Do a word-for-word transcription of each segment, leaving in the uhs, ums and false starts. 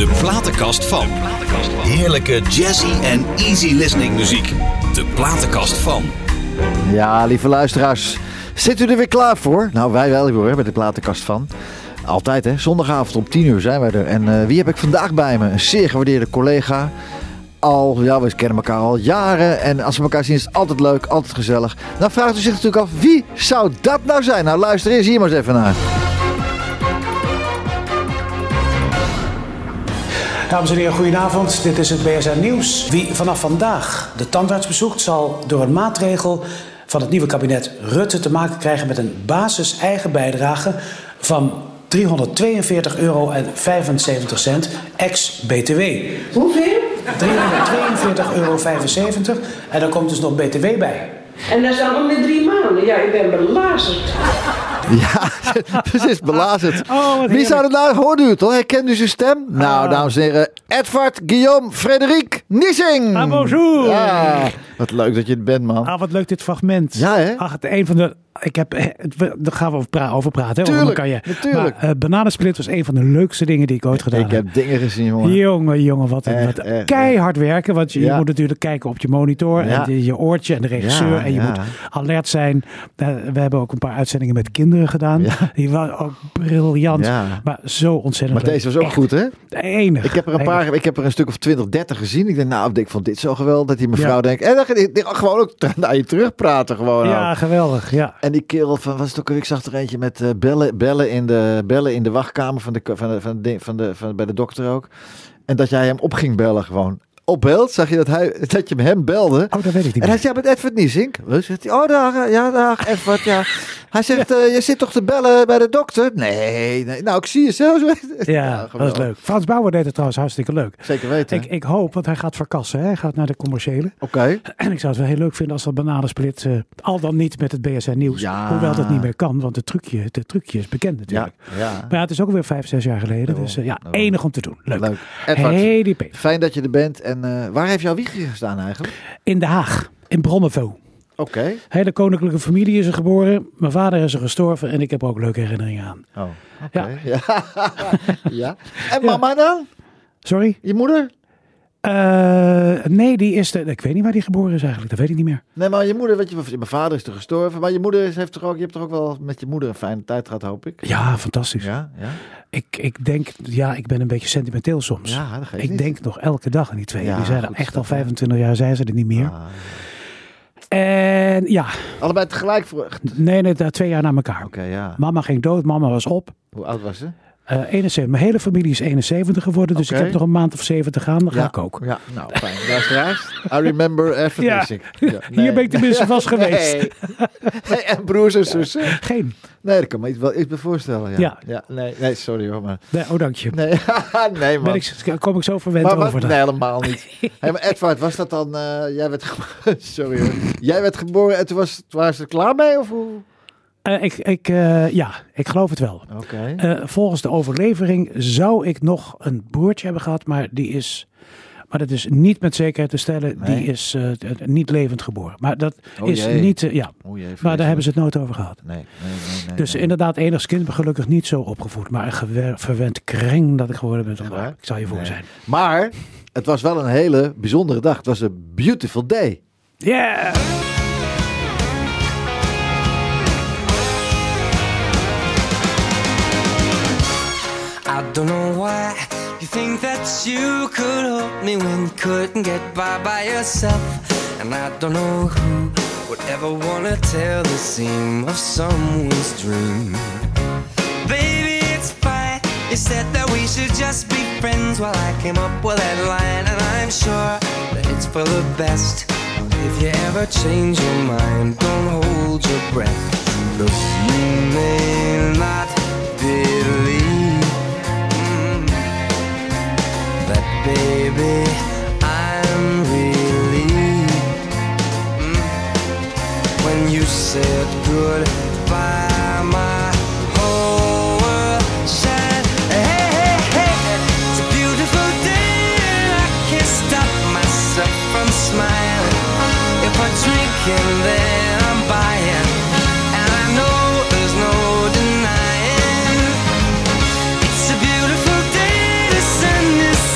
platenkast van. Heerlijke jazzy en easy listening muziek. De platenkast van. Ja, lieve luisteraars. Zit u er weer klaar voor? Nou, wij wel hoor, bij de platenkast van. Altijd hè, zondagavond om tien uur zijn wij er. En uh, wie heb ik vandaag bij me? Een zeer gewaardeerde collega. Al, ja, we kennen elkaar al jaren. En als we elkaar zien is het altijd leuk, altijd gezellig. Dan vraagt u zich natuurlijk af, wie zou dat nou zijn? Nou, luister eens hier maar eens even naar. Dames en heren, goedenavond. Dit is het B S N Nieuws. Wie vanaf vandaag de tandarts bezoekt, zal door een maatregel van het nieuwe kabinet Rutte te maken krijgen met een basis-eigen bijdrage van driehonderdtweeënveertig euro en vijfenzeventig cent ex-B T W. Hoeveel? driehonderdtweeënveertig euro vijfenzeventig en daar komt dus nog B T W bij. En dat is dan nog met drie maanden. Ja, ik ben belazerd. Ja, precies, belazerd. Oh, wie zou het nou, hoorde u het al? Herkent u zijn stem? Oh. Nou, dames en heren, Edvard Guillaume Frederik Niesing. Ah, bonjour. Ja, wat leuk dat je het bent, man. Ah, wat leuk dit fragment. Ja, hè? Ach, het een van de... Ik heb, daar gaan we over, pra- over praten. Hè, tuurlijk, over natuurlijk. Maar uh, Bananensplit was een van de leukste dingen die ik ooit gedaan heb. Ik heb dingen gezien, jongen. Jongen, jongen, wat, echt, wat echt, keihard echt. werken. Want je, ja. je moet natuurlijk kijken op je monitor. Ja. En je, je oortje en de regisseur. Ja, en je ja. moet alert zijn. Uh, we hebben ook een paar uitzendingen met kinderen gedaan. Ja. Die waren ook briljant. Ja. Maar zo ontzettend Maar leuk. deze was ook echt. goed, hè? De enige. Ik heb er een enige. paar, ik heb er een stuk of twintig, dertig gezien. Ik denk, nou, ik vond dit zo geweldig. Dat die mevrouw Ja. denkt, en dan die, die, gewoon ook naar je terug praten gewoon. Ja, ook. geweldig. Ja. En die kerel van, was het ook, ik zag er eentje met uh, bellen, bellen, in de, bellen in de wachtkamer van de, van de, van de, van de, van de, bij de dokter ook. En dat jij hem op ging bellen gewoon. Op beeld zag je dat, hij, dat je hem belde. Oh, dat weet ik niet. En hij zei, ja, met Edvard Niesing. Dus zegt hij, oh, dag, ja, dag, Edvard, ja. Hij zegt, uh, je zit toch te bellen bij de dokter? Nee, nee. Nou, ik zie je zelfs. Ja, ja, dat is leuk. Frans Bauer deed het trouwens hartstikke leuk. Zeker weten. Ik, ik hoop, want hij gaat verkassen. Hè? Hij gaat naar de commerciële. Oké. Okay. En ik zou het wel heel leuk vinden als dat Bananensplit, uh, al dan niet met het B S N Nieuws. Ja. Hoewel dat niet meer kan, want het trucje, het trucje is bekend natuurlijk. Ja, ja. Maar ja, het is ook weer vijf, zes jaar geleden. Oh, dus uh, ja, oh. enig om te doen. Leuk. leuk. Edvard, hey, die Peter. fijn dat je er bent. En uh, waar heeft jouw wiegje gestaan eigenlijk? In Den Haag, in Brommevo. Oké. Okay. Hele koninklijke familie is er geboren. Mijn vader is er gestorven en ik heb er ook leuke herinneringen aan. Oh, oké. Okay. Ja. Ja. ja. En mama dan? Sorry? Je moeder? Uh, nee, die is de, ik weet niet waar die geboren is eigenlijk. Dat weet ik niet meer. Nee, maar je moeder, weet je, mijn vader is er gestorven. Maar je moeder heeft toch ook, je hebt toch ook wel met je moeder een fijne tijd gehad, hoop ik? Ja, fantastisch. Ja, ja. Ik, ik denk, ja, ik ben een beetje sentimenteel soms. Ja, dat geeft ik niet. denk nog elke dag aan die twee. Ja, die zijn er goed, echt al ja. vijfentwintig jaar, zijn ze er niet meer. Ah. En ja. Allebei tegelijk? Voor... Nee, nee, twee jaar na elkaar. Oké, okay, ja. Mama ging dood, mama was op. Hoe oud was ze? Uh, eenenzeventig. Mijn hele familie is eenenzeventig geworden, dus okay. ik heb nog een maand of zeven te gaan. Dan ga ja. ik ook. Ja, nou fijn. Luisteraars, I remember Edvard ja. Niesing. Ja, nee. Hier ben ik tenminste vast geweest. Nee. Hey, en broers en zussen? Geen. Nee, dat kan me iets, wel iets bij voorstellen. Ja. Ja. ja nee, nee, sorry hoor. Maar... Nee, oh, dank je. Nee, nee man. Ben ik, kom ik zo verwend maar, maar, over dat? Nee, helemaal niet. Hey, maar Edvard, was dat dan... Uh, jij werd ge- sorry hoor. Jij werd geboren en toen was, waren ze er klaar mee? Of hoe? Uh, ik, ik, uh, ja, ik geloof het wel. Okay. Uh, volgens de overlevering zou ik nog een broertje hebben gehad, maar die is... Maar dat is niet met zekerheid te stellen. Nee. Die is uh, niet levend geboren. Maar dat oh, is jee. niet... Uh, ja, oh, jee, maar daar hebben ze het nooit over gehad. Nee, nee, nee, nee, dus nee. inderdaad, enigszins kind gelukkig niet zo opgevoed. Maar een gewer- verwend kreng dat ik geworden ben. Ja, ik zal je voor nee. zijn. Maar het was wel een hele bijzondere dag. Het was een beautiful day. Yeah! I don't know why you think that you could help me when you couldn't get by by yourself. And I don't know who would ever want to tell the seam of someone's dream. Baby, it's fine. You said that we should just be friends while I came up with that line. And I'm sure that it's for the best. If you ever change your mind, don't hold your breath. Look, you may not believe that, baby, I'm relieved mm. when you said goodbye. My whole world shined. Hey, hey, hey, it's a beautiful day and I can't stop myself from smiling. If I'm drinking, then I'm buying, and I know there's no denying. It's a beautiful day, the sun is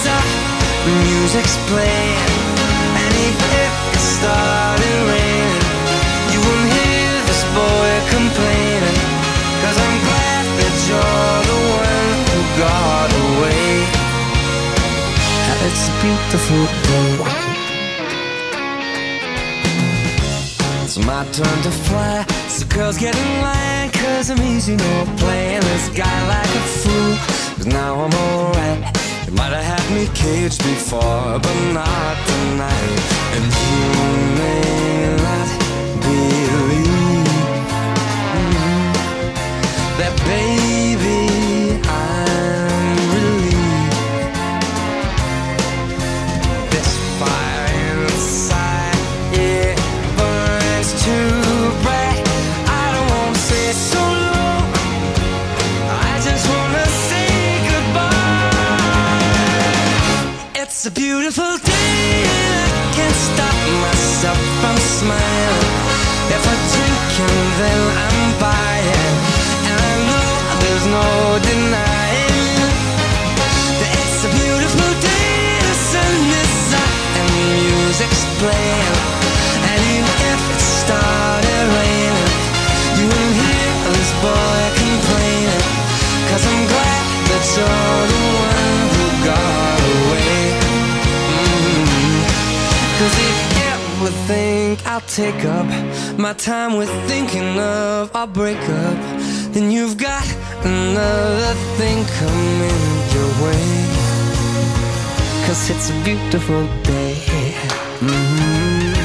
my turn to fly. So girls get in line, cause I'm easy, no playing this guy like a fool. Cause now I'm alright. You might have had me caged before, but not tonight. And you may not believe mm, that baby, I'm relieved. This fire inside, it burns too bright. I don't want to say so long, I just want to say goodbye. It's a beautiful day and I can't stop myself from smiling. If I drink and then I'm buying, and I know there's no denying that it's a beautiful day. The sun is up and the music's playing, and even if it started raining, you won't hear this boy complaining. Cause I'm glad that you're the one who got away. Mm-hmm. Cause if you ever think I'll take up my time with thinking of our breakup, then you've got another thing coming your way. Cause it's a beautiful day. Mm-hmm.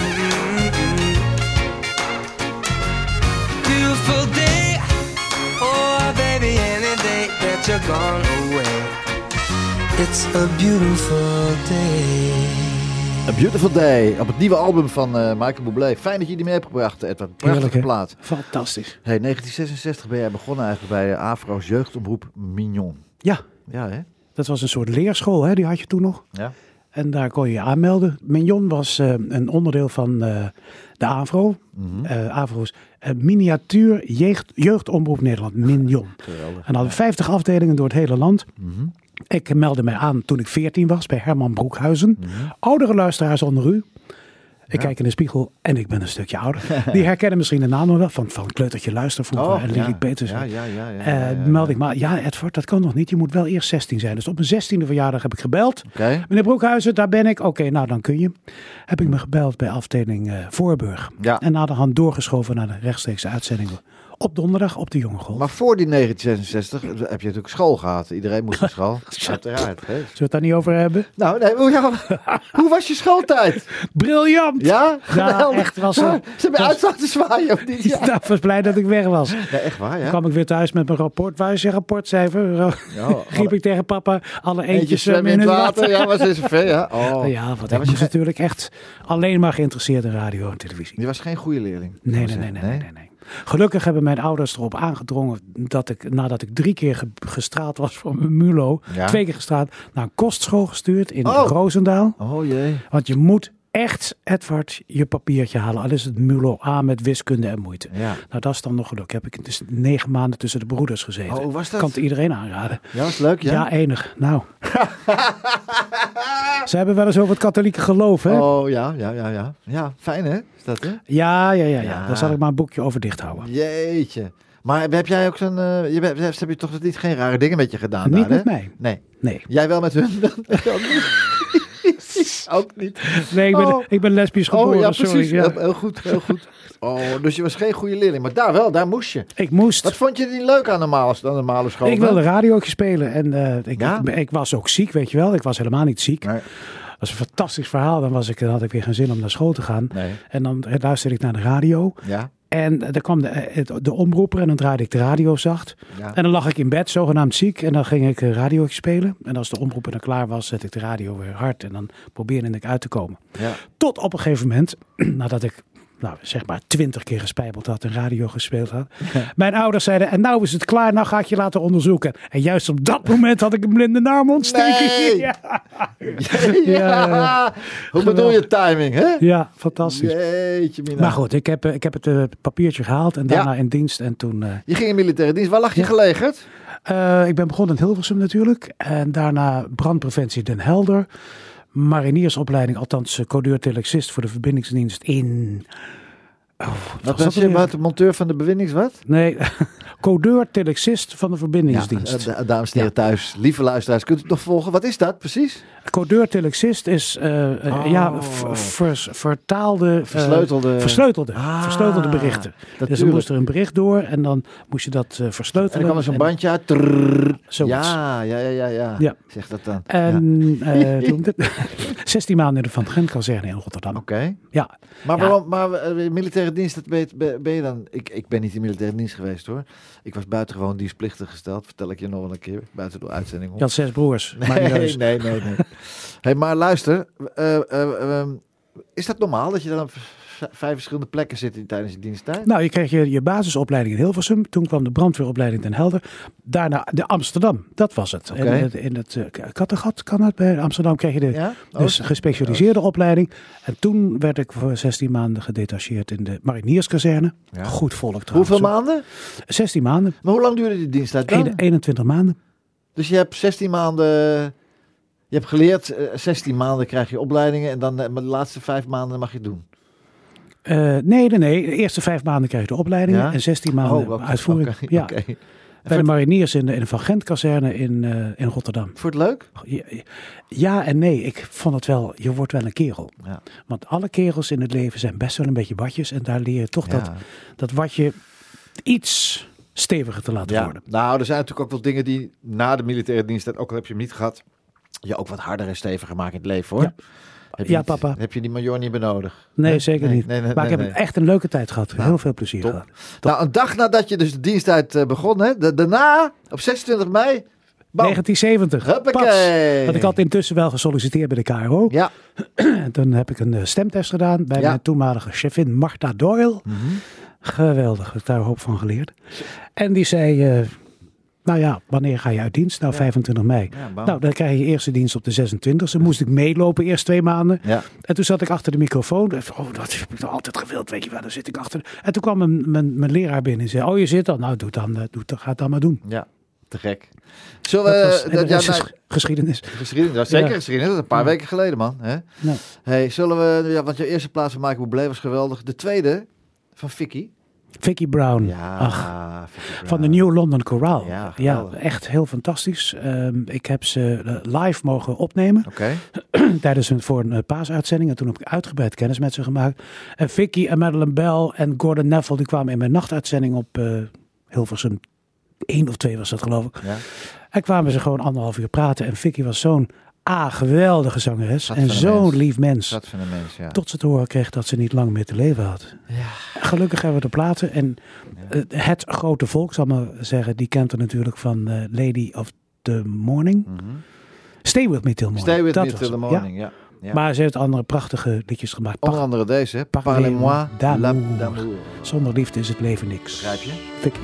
Beautiful day. Oh baby, any day that you're gone away. It's a beautiful day. A Beautiful Day, op het nieuwe album van uh, Michael Bublé. Fijn dat je die mee hebt gebracht, Edward. Prachtige plaat. Fantastisch. Hey, negentien zesenzestig ben jij begonnen eigenlijk bij uh, Afro's jeugdomroep Mignon. Ja. Ja, hè? Dat was een soort leerschool, hè? Die had je toen nog. Ja. En daar kon je je aanmelden. Mignon was uh, een onderdeel van uh, de Afro. Mm-hmm. Uh, Afro's uh, miniatuur jeugd, jeugdomroep Nederland, Mignon. Geweldig. En hadden vijftig afdelingen door het hele land. Mm-hmm. Ik meldde mij aan toen ik veertien was bij Herman Broekhuizen. Mm-hmm. Oudere luisteraars onder u. Ik Ja. kijk in de spiegel en ik ben een stukje ouder. Die herkennen misschien de naam nog wel van, van Kleutertje Luister vroeger. Oh, en Lili ja. Peters. Ja, ja, ja, ja, Uh, ja, ja, ja. meld ik maar. Ja, Edward, dat kan nog niet. Je moet wel eerst zestien zijn. Dus op mijn zestiende verjaardag heb ik gebeld. Oké. Meneer Broekhuizen, daar ben ik. Oké, okay, nou dan kun je. Heb ik me gebeld bij afdeling uh, Voorburg. Ja. En na de hand doorgeschoven naar de rechtstreekse uitzendingen. Op donderdag op de Jonge Golf. Maar voor die negentien zesenzestig heb je natuurlijk school gehad. Iedereen moest naar school. Uiteraard. Hè? Zullen we het daar niet over hebben? Nou, nee, hoe, ja, hoe was je schooltijd? Briljant! Ja? Ja, Geweldig. echt was er- Ze hebben was- uitslag te zwaaien of niet? Ja. Nou, ik was blij dat ik weg was. Ja, echt waar, Dan ja? kwam ik weer thuis met mijn rapport. Waar is je rapportcijfer? Ja, Riep ik tegen papa. Alle Eentjes eentjes zwemmen in het water. Ja, was is ver, ja. Oh. Ja, want Ja, ik was je was ge- natuurlijk echt alleen maar geïnteresseerd in radio en televisie. Je was geen goede leerling. Nee, Was nee, je? nee, nee, nee, nee. Gelukkig hebben mijn ouders erop aangedrongen dat ik, nadat ik drie keer ge- gestraald was voor mijn MULO, Ja. twee keer gestraald, naar een kostschool gestuurd in Oh. Roosendaal. Oh jee. Want je moet echt, Edward, je papiertje halen. Al is het MULO A met wiskunde en moeite. Ja. Nou, dat is dan nog geluk. Heb ik dus negen maanden tussen de broeders gezeten. Oh, hoe was dat? Kan het iedereen aanraden. Ja, was leuk, ja? Ja, enig. Nou. Ze hebben wel eens over het katholieke geloof, hè? Oh, ja, ja, ja, ja. Ja, fijn hè? Is dat hè? Ja, ja, ja, ja, Ja. Daar zal ik maar een boekje over dicht houden. Jeetje. Maar heb jij ook zo'n... Uh, je hebt, heb je toch niet geen rare dingen met je gedaan Niet daar, met hè? mij. Nee. Nee. Jij wel met hun? ook niet. ook niet. Nee, ik ben, Oh. ik ben lesbisch geboren, Oh ja, sorry. precies. Ja. Heel, heel goed, heel goed. Oh, dus je was geen goede leerling. Maar daar wel, daar moest je. Ik moest. Wat vond je niet leuk aan de normale, aan de normale school? Ik wilde radiootje spelen en uh, ik, Ja? ik, ik was ook ziek, weet je wel. Ik was helemaal niet ziek. Nee. Dat was een fantastisch verhaal. Dan, was ik, dan had ik weer geen zin om naar school te gaan. Nee. En dan luisterde ik naar de radio. Ja. En dan kwam de, de omroeper en dan draaide ik de radio zacht. Ja. En dan lag ik in bed, zogenaamd ziek. En dan ging ik radiootje spelen. En als de omroeper dan klaar was, zette ik de radio weer hard. En dan probeerde ik uit te komen. Ja. Tot op een gegeven moment, nadat ik nou, zeg maar twintig keer gespijbeld had en radio gespeeld had. Mijn ouders zeiden, en nou is het klaar, nou ga ik je laten onderzoeken. En juist op dat moment had ik een blinde darmontsteking. Nee. Ja. ja. Ja. Hoe bedoel je timing, hè? Ja, fantastisch. Jeetje, mina. Maar goed, ik heb, ik heb het uh, papiertje gehaald en daarna Ja. in dienst. En toen, uh, Je ging in militaire dienst. Waar lag je Ja. gelegerd? uh, ik ben begonnen in Hilversum natuurlijk. En daarna brandpreventie Den Helder. Mariniersopleiding, althans uh, codeur-telexist voor de verbindingsdienst in... Oh, Wat was was dat je? weer? Wat, de monteur van de bewinings, wat? Nee, codeur telexist van de verbindingsdienst. Ja, dames en heren thuis, lieve luisteraars, kunt u het nog volgen? Wat is dat precies? Codeur telexist is uh, Oh. ja, v- vers- vertaalde, uh, Versleutelde- versleutelde, Ah, versleutelde berichten. Dus dan natuurlijk. moest er een bericht door en dan moest je dat uh, En versleutelen. dan kwam er zo'n En- bandje uit. Trrrr. Zoiets. Ja, ja, ja, ja, ja. Ja. Zeg dat dan. En uh, toen dit- zestien maanden in de Van Gent-kazerne in Rotterdam. Oké. Ja, Maar, Ja. waarom, maar uh, militaire dienst, dat ben, je, ben je dan... Ik, ik ben niet in militaire dienst geweest hoor. Ik was buitengewoon dienstplichtig gesteld. Vertel ik je nog wel een keer. Buiten de uitzending om. je had zes broers. Maar niet Nee, uit. nee, nee, nee. Hey, maar luister. uh, uh, uh, um, is dat normaal dat je dan op v- vijf verschillende plekken zit tijdens je diensttijd? Nou, je kreeg je, je basisopleiding in Hilversum. Toen kwam de brandweeropleiding in Den Helder. Daarna de Amsterdam. Dat was het. Oké. In het, in het uh, Kattegat kan het. Bij Amsterdam kreeg je de Ja? dus Oost? gespecialiseerde opleiding. En toen werd ik voor zestien maanden gedetacheerd in de Marinierskazerne. Ja. Goed volk trouwens. Hoeveel maanden? zestien maanden. Maar hoe lang duurde die diensttijd dan? Een- eenentwintig maanden. Dus je hebt zestien maanden... Je hebt geleerd, uh, zestien maanden krijg je opleidingen en dan uh, maar de laatste vijf maanden mag je het doen. Uh, nee, nee, nee. De eerste vijf maanden krijg je de opleidingen. Ja? En zestien maanden oké, uitvoering. oké, ja. oké. En Bij voor, de mariniers in de, in de Van Gent-kazerne in, uh, in Rotterdam. voor het leuk? Ja, ja en nee. Ik vond het wel, je wordt wel een kerel. Ja. Want alle kerels in het leven zijn best wel een beetje watjes. En daar leer je toch dat, Ja. dat watje iets steviger te laten Ja. worden. Nou, er zijn natuurlijk ook wel dingen die na de militaire dienst, ook al heb je hem niet gehad, je ook wat harder en steviger maken in het leven hoor. Ja. Heb je Ja, niet- papa. Heb je die major niet benodigd? Nee, zeker nee, niet. Nee, nee, maar nee, ik heb nee. echt een leuke tijd gehad. Nou, Heel veel plezier top. gehad. Nou, een dag nadat je dus de diensttijd uh, begon, hè, da- daarna, op zesentwintig mei, bam. negentien zeventig. Huppakee. Pats. Want ik had intussen wel gesolliciteerd bij de K R O. Ja. En toen heb ik een uh, stemtest gedaan bij Ja. mijn toenmalige chefin Marta Doyle. Mhm. Geweldig, ik heb daar een hoop van geleerd. En die zei, uh, nou ja, wanneer ga je uit dienst? Nou, vijfentwintig mei. Ja, bam. Nou, dan krijg je je eerste dienst op de zesentwintigste. Moest ik meelopen eerst twee maanden. Ja. En toen zat ik achter de microfoon. Oh, dat heb ik altijd gewild, weet je wel. Dan zit ik achter. En toen kwam mijn, mijn, mijn leraar binnen en zei, oh, je zit al. Nou, doe dan, uh, doe, ga het dan maar doen. Ja, te gek. Zullen Dat we... was, en de dat- ja, rest is nou, geschiedenis. geschiedenis, dat is zeker Ja. geschiedenis. Dat is een paar Ja. weken geleden, man. Hè? Nou, Hey, zullen we... Ja, want je eerste plaats van Michael Bublé was geweldig. De tweede van Vicky. Vicky Brown. Ja, Ach, Vicky Brown. van de New London Chorale. Ja, Ja, geweldig. echt heel fantastisch. Um, ik heb ze uh, live mogen opnemen Oké. tijdens een, voor een uh, paasuitzending. En toen heb ik uitgebreid kennis met ze gemaakt. En Vicky en Madeleine Bell en Gordon Neville die kwamen in mijn nachtuitzending op uh, Hilversum één of twee was dat geloof ik. Ja. En kwamen ze gewoon anderhalf uur praten. En Vicky was zo'n A, geweldige zangeres. Wat En van een zo'n mens. lief mens. Dat van een mens, ja. Tot ze te horen kreeg dat ze niet lang meer te leven had. Ja. Gelukkig hebben we de platen. En uh, het grote volk, zal maar zeggen, die kent er natuurlijk van uh, Lady of the Morning. Mhm. Stay With Me Till Morning. Stay with Dat me was till the het, morning, ja. ja. ja. Maar ze heeft andere prachtige liedjes gemaakt. Onder Par- andere deze, hè. Parlez-moi Parlez-moi d'amour. d'amour. Zonder liefde is het leven niks. Begrijp je? Vicky.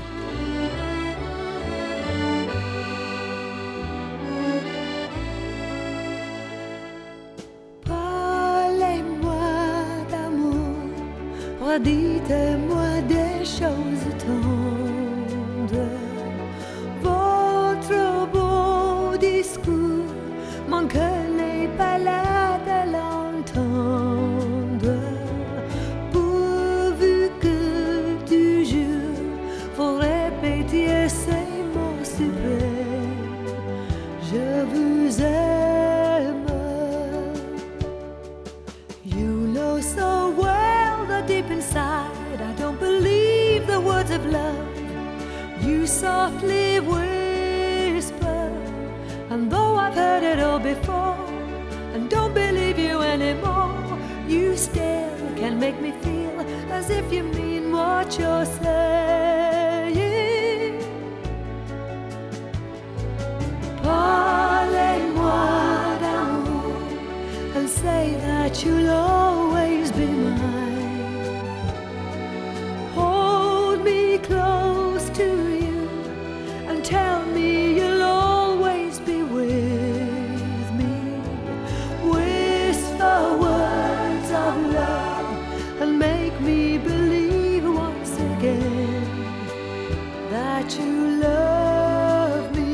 Dites-moi des choses tendres. Votre beau discours, mon cœur n'est pas là de l'entendre. Pourvu que tu jures, faut répéter ces mots suprêmes. Je vous aime. You know so well that deep inside I don't believe the words of love you softly whisper. And though I've heard it all before and don't believe you anymore, you still can make me feel as if you mean what you're saying. Parlez-moi d'amour and say that you'll always be mine. Hold me close to you and tell me you'll always be with me. Whisper words of love and make me believe once again that you love me.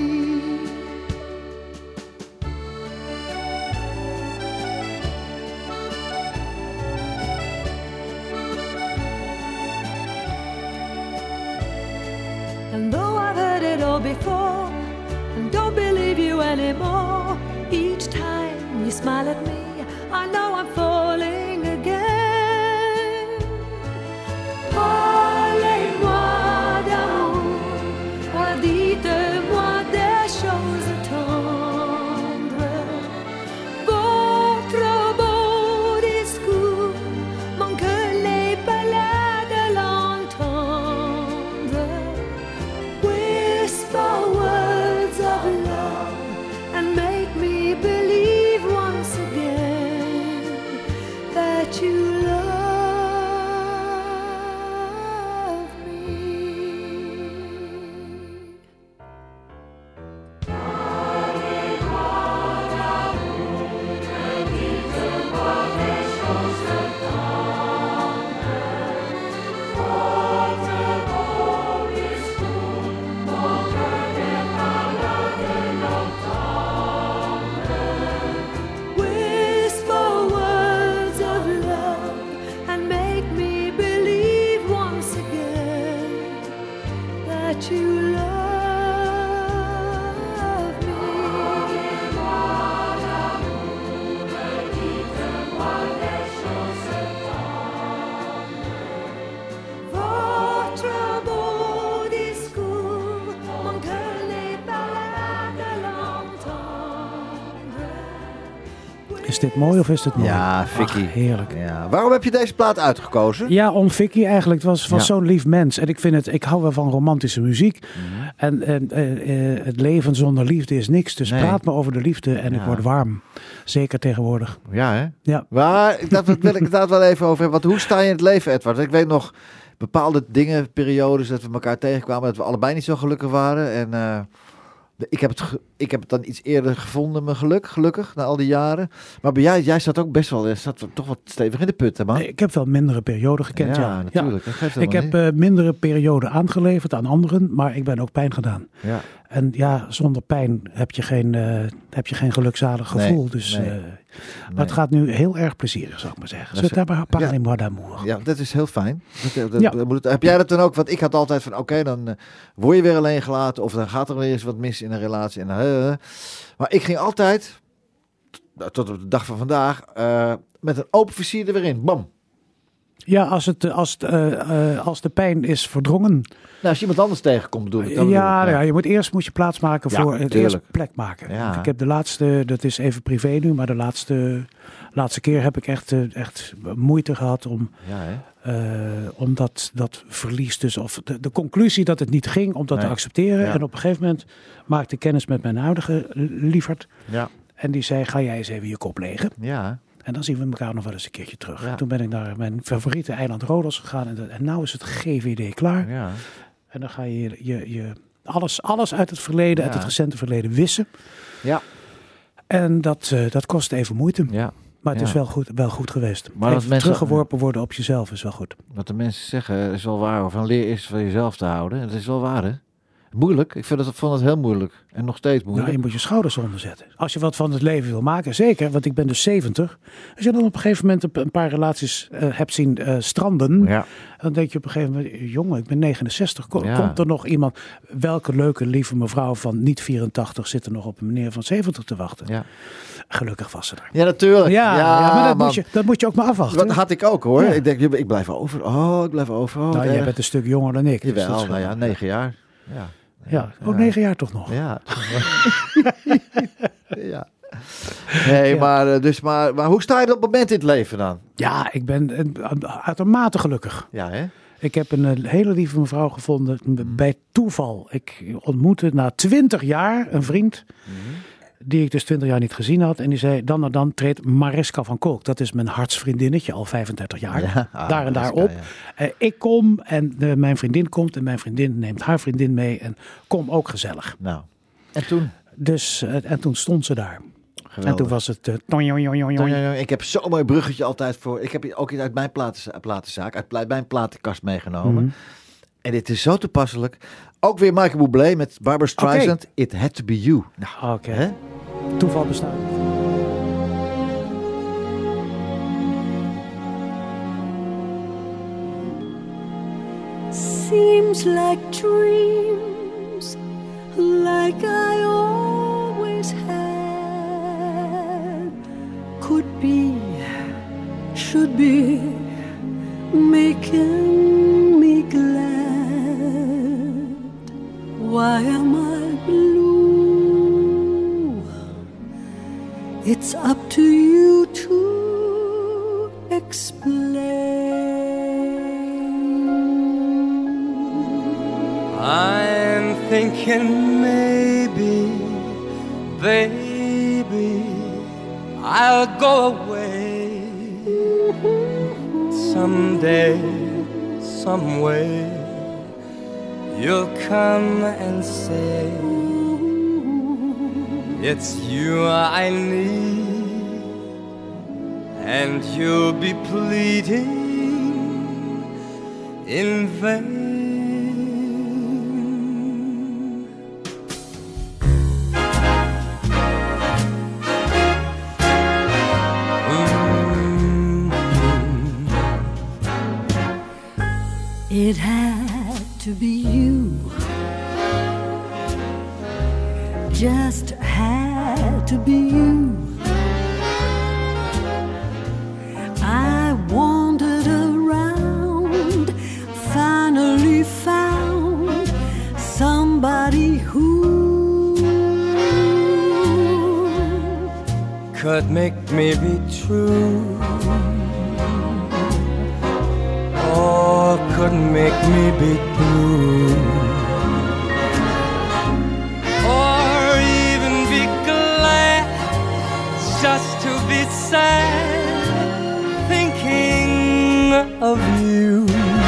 And though I've heard it all before and don't believe you anymore, each time you smile at me, I know I'm falling again. Parlez-moi d'amour, dites-moi des choses tendres. Votre beau discours manque les palais de l'entendre. Whisper words of love and make me believe once again that you love me. Whisper words of love and make me believe once again that you love me. Votre beau discours manque les palais de l'entendre. Is dit mooi of is dit mooi? Ja, Vicky. Ach, heerlijk. Ja. Waarom heb je deze plaat uitgekozen? Ja, om Vicky eigenlijk. Het was, was Ja. zo'n lief mens. En ik vind het, ik hou wel van romantische muziek. Mhm. En, en eh, eh, het leven zonder liefde is niks. Dus Nee. praat me over de liefde en ik Ja. word warm. Zeker tegenwoordig. Ja, hè? Ja. Maar dat wil ik het daar wel even over hebben. Want hoe sta je in het leven, Edward? Ik weet nog bepaalde dingen, periodes dat we elkaar tegenkwamen, dat we allebei niet zo gelukkig waren. En eh, de- ik, heb het ge- ik heb het dan iets eerder gevonden, mijn geluk, gelukkig, na al die jaren. Maar bij jij, jij zat ook best wel, je zat toch wat stevig in de put, hè, man? Ik heb wel mindere perioden gekend, ja. ja, natuurlijk. Dat geeft Ik helemaal heb eh, mindere perioden aangeleverd aan anderen, maar ik ben ook pijn gedaan. niet. Ja. En ja, zonder pijn heb je geen, eh, heb je geen gelukzalig Nee, gevoel. dus, nee, eh, nee. Maar het gaat nu heel erg plezierig, zou ik maar zeggen. Dat is- Zet daar maar ja. parlez-moi d'amour. Ja, dat is heel fijn. Dat, dat- Ja. dat moet het- heb jij dat dan ook? Want ik had altijd van, oké, dan eh, word je weer alleen gelaten. Of dan gaat er weer eens wat mis in een relatie. En, eh, maar ik ging altijd, t- tot op de dag van vandaag, eh, met een open vizier er weer in. Bam. Ja, als, het, eh, als, het, eh, eh, als de pijn is verdrongen. Nou, als je iemand anders tegenkomt, bedoel ik. dan bedoel Ja, ik, ja, je moet eerst moet je plaats maken Ja, voor het tuurlijk. eerst plek maken. Ja. Ik heb de laatste, dat is even privé nu, maar de laatste, laatste keer heb ik echt, eh, echt moeite gehad om, Ja, hè? eh, om dat, dat verlies, dus of de, de conclusie dat het niet ging, om dat Nee. te accepteren. Ja. En op een gegeven moment maakte ik kennis met mijn huidige lieverd. Ja. En die zei, ga jij eens even je kop legen. Ja. En dan zien we elkaar nog wel eens een keertje terug. Ja. Toen ben ik naar mijn favoriete eiland Rodos gegaan. En, dat- en nou is het G V D klaar. Ja. En dan ga je, je, je alles, alles uit het verleden, Ja. uit het recente verleden wissen. Ja. En dat, eh, dat kost even moeite. Ja. Maar het Ja. is wel goed, wel goed geweest. Maar Even dat mensen- teruggeworpen worden op jezelf is wel goed. Wat de mensen zeggen is wel waar. Of een leer is van jezelf te houden. Dat is wel waar, hè? Moeilijk. Ik vind het, vond het heel moeilijk. En nog steeds Nou, moeilijk. je moet je schouders onder zetten. Als je wat van het leven wil maken, zeker. Want ik ben dus zeventig. Als je dan op een gegeven moment een- een paar relaties eh, hebt zien eh, stranden. Ja. Dan denk je op een gegeven moment, jongen, ik ben negenenzestig. Ko- Ja. Komt er nog iemand? Welke leuke, lieve mevrouw van niet vierentachtig zit er nog op een meneer van zeventig te wachten? Ja. Gelukkig was ze er. Ja, natuurlijk. Ja, ja, maar dat man. moet, je, dat moet je ook maar afwachten. Dat had ik ook, hoor. Ja. Ik denk, ik blijf over. Oh, ik blijf over. Oh, nou, wat jij erg. bent een stuk jonger dan ik. dus dat Jawel, scheelt. nou ja, negen jaar. Ja. Ja, ook negen jaar toch nog. Ja. ja. Nee, Ja. maar, eh, dus, maar, maar hoe sta je op het moment in het leven dan? Ja, ik ben eh, uitermate gelukkig. Ja, hè? Ik heb een eh, hele lieve mevrouw gevonden bij toeval. Ik ontmoette na twintig jaar een vriend, die ik dus twintig jaar niet gezien had. En die zei, dan en dan treedt Mariska van Kolk. Dat is mijn hartsvriendinnetje, al vijfendertig jaar. Ja, ah, daar en daar Mariska, op. ja. Eh, ik kom en eh, mijn vriendin komt en mijn vriendin neemt haar vriendin mee. En kom ook gezellig. Nou, en toen? Dus, eh, en toen stond ze daar. Geweldig. En toen was het... eh, toing, joing, joing, joing. Toing, joing, joing. Ik heb zo'n mooi bruggetje altijd voor. Ik heb hier ook iets uit mijn platen, platenzaak, uit pla- mijn platenkast meegenomen. Mhm. En dit is zo toepasselijk. Ook weer Michael Bublé met Barbara Streisand. It Had To Be You. Nou, Oké. hè? Toeval bestaat. Seems like dreams like I always had. Could be, should be, making me glad. Why am I blue? It's up to you to explain. I'm thinking maybe, baby, I'll go away someday, some way. You'll come and say it's you I need, and you'll be pleading in vain. It had to be you, just had to be you. I wandered around, finally found somebody who could make me be true, or could make me be blue, or even be glad just to be sad, thinking of you.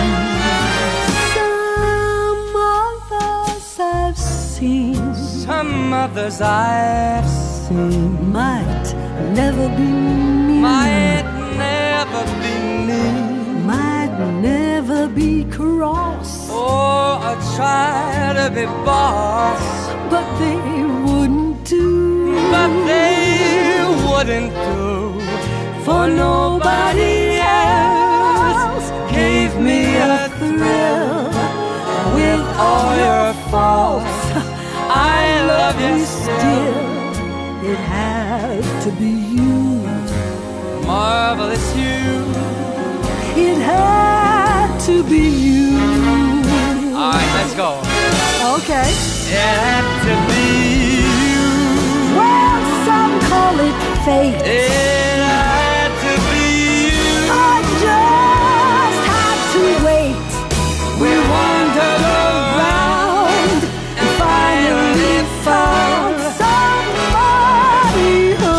Some others I've seen, some others I've seen might never be me, might never be me, might never be cross, or I try to be boss, but they wouldn't do, but they wouldn't do, for nobody else gave me a thrill. With all your faults, I love you still. It had to be you, marvelous you. It had to be you. All right, let's go. Okay. It had to be you. Well, some call it fate. It had to be you. I just had to wait. We wandered around and finally found somebody who,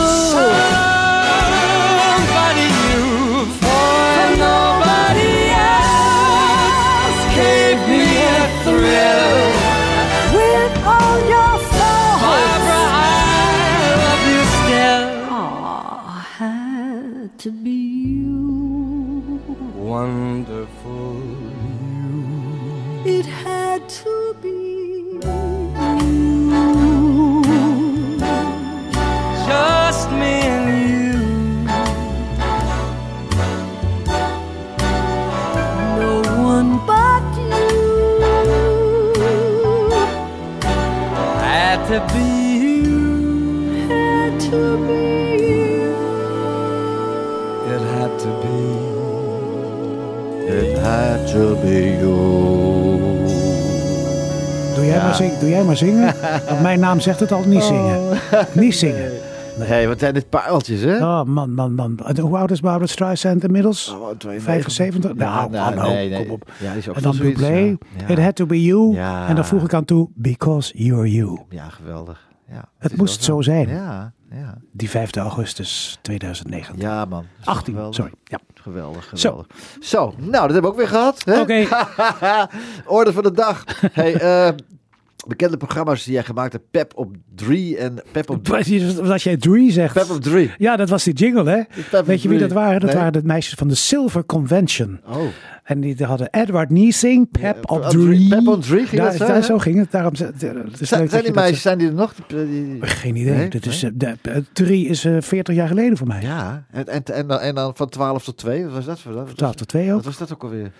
somebody new, for nobody else gave me a thrill. With all your faults, Barbara, I love you still. oh, had to be you. Wonderful you. It had to be you. Just me and you. No one but you. Had to be you. Had to be you. It had to be. It had to be you. Doe jij, Ja. maar, zing, doe jij maar zingen. Want mijn naam zegt het al, niet zingen. Niet zingen. Nee, wat zijn dit pareltjes, hè? Oh man, man, man. En hoe oud is Barbara Streisand inmiddels? Oh, tweeënhalf. vijfenzeventig? Ja, Nou, nou, hallo, nee, nee. kom op. Ja, die is ook En dan zoiets, Bublé. ja. Ja. It had to be you. Ja. En dan voeg ik aan toe, because you're you. Ja, geweldig. Ja, Het is moest wel zo zijn. Ja, ja. Die vijfde augustus tweeduizend negentien. Ja, man. Is toch achttien, geweldig? sorry. Ja. Geweldig, Zo. geweldig. Zo. nou, dat hebben we ook weer gehad. Hè? Oké. Orde van de dag. Hey, eh, bekende programma's die jij gemaakt hebt. Pep op drie en Pep op Wat jij Dree zegt. Pep op drie. Ja, dat was die jingle, hè? Pep Weet je op wie dat drie. waren? Dat Nee. waren de meisjes van de Silver Convention. Oh. En die hadden Edward Niesing, Pep Ja, op op Dree. Pep op Dree, ging Daar- dat zo, daar- hè? Zo ging het. Daarom, ze- het is leuk Zijn, dat zijn je die dat meisjes, zegt. zijn die er nog? Die, die- Geen idee. Nee? Dit is, Nee? eh, de, de, Dree is uh, veertig jaar geleden voor mij. Ja, en, en, en, dan, en dan van twaalf tot twee. Wat was dat voor dat? twaalf tot twee ook. Wat was dat ook alweer?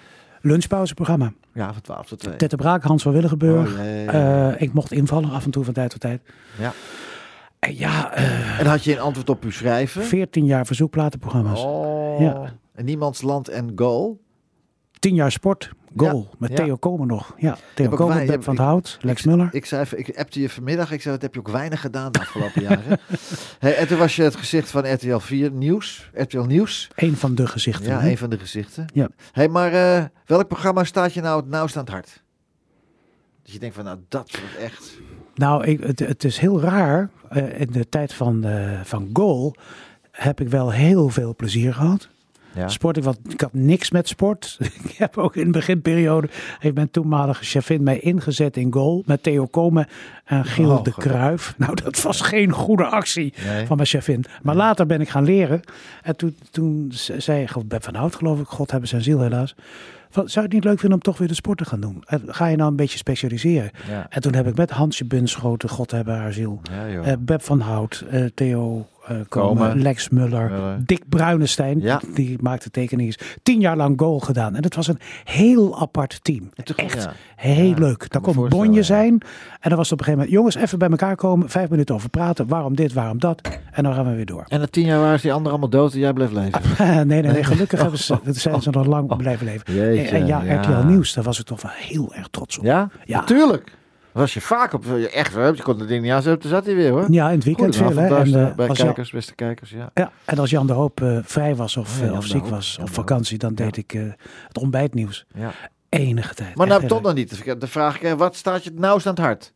lunchpauzeprogramma. Ja, van twaalf tot twee. Tette Braak, Hans van Willigenburg. Oh, ja, ja, ja. Uh, ik mocht invallen af en toe van tijd tot tijd. Ja. En ja... Uh, en had je een antwoord op uw schrijven? veertien jaar verzoekplatenprogramma's. Oh. Ja. En Niemands Land en Goal? tien jaar sport. Goal. Ja, met ja. Theo Komen nog. Ja, Theo Komen, Beb van het Hout, Lex ik, Muller. Ik zei, ik appte je vanmiddag. Ik zei, dat heb je ook weinig gedaan de afgelopen jaren. Hey, en toen was je het gezicht van R T L vier Nieuws. R T L Nieuws. Eén van de gezichten. Ja, hè? één van de gezichten. Ja. Hey, maar uh, welk programma staat je nou het nauwst aan het hart? Dus je denkt van, nou, dat wordt echt... Nou, ik, het, het is heel raar. Uh, in de tijd van, uh, van Goal heb ik wel heel veel plezier gehad. Ja. Sport, ik, wat, ik had niks met sport. Ik heb ook in de beginperiode, heeft mijn toenmalige chefin mij ingezet in Goal met Theo Komen en Giel oh, de Cruijff. Nou, dat was geen goede actie nee. van mijn chefin. Maar nee. later ben ik gaan leren. En toen, toen zei Beb van Hout, geloof ik, God hebben zijn ziel helaas. Van, zou je het niet leuk vinden om toch weer de sport te gaan doen? Ga je nou een beetje specialiseren? Ja. En toen heb ik met Hansje Bunschoten, God hebben haar ziel, ja, uh, Beb van Hout, uh, Theo uh, Komen, Komen, Lex Muller, Muller. Dick Bruinestein, ja. die maakte tekeningen, tien jaar lang Goal gedaan. En dat was een heel apart team. Toch, echt ja. heel ja, leuk. Daar kon een bonje zijn. En dan was het op een gegeven moment, jongens, even bij elkaar komen, vijf minuten over praten, waarom dit, waarom dat. En dan gaan we weer door. En na tien jaar waren die anderen allemaal dood en jij bleef leven? nee, nee, nee, gelukkig oh, hebben ze, oh, zijn ze nog lang oh, blijven leven. Jeetje, en, en ja, ja, R T L Nieuws, daar was ik toch wel heel erg trots op. Ja? Ja. Natuurlijk. Was je vaak op, echt, je kon het ding niet aanzetten, toen zat hij weer hoor. Ja, in het weekend veel. Hè? En, uh, bij kijkers, Jan, beste kijkers, ja. Ja, en als Jan de Hoop uh, vrij was of, ja, uh, of ziek was, op vakantie, dan deed ja. ik uh, het ontbijtnieuws. Ja. Enige tijd. Maar nou, tot dan niet. Dan vraag ik, wat staat je het nauwst aan het hart?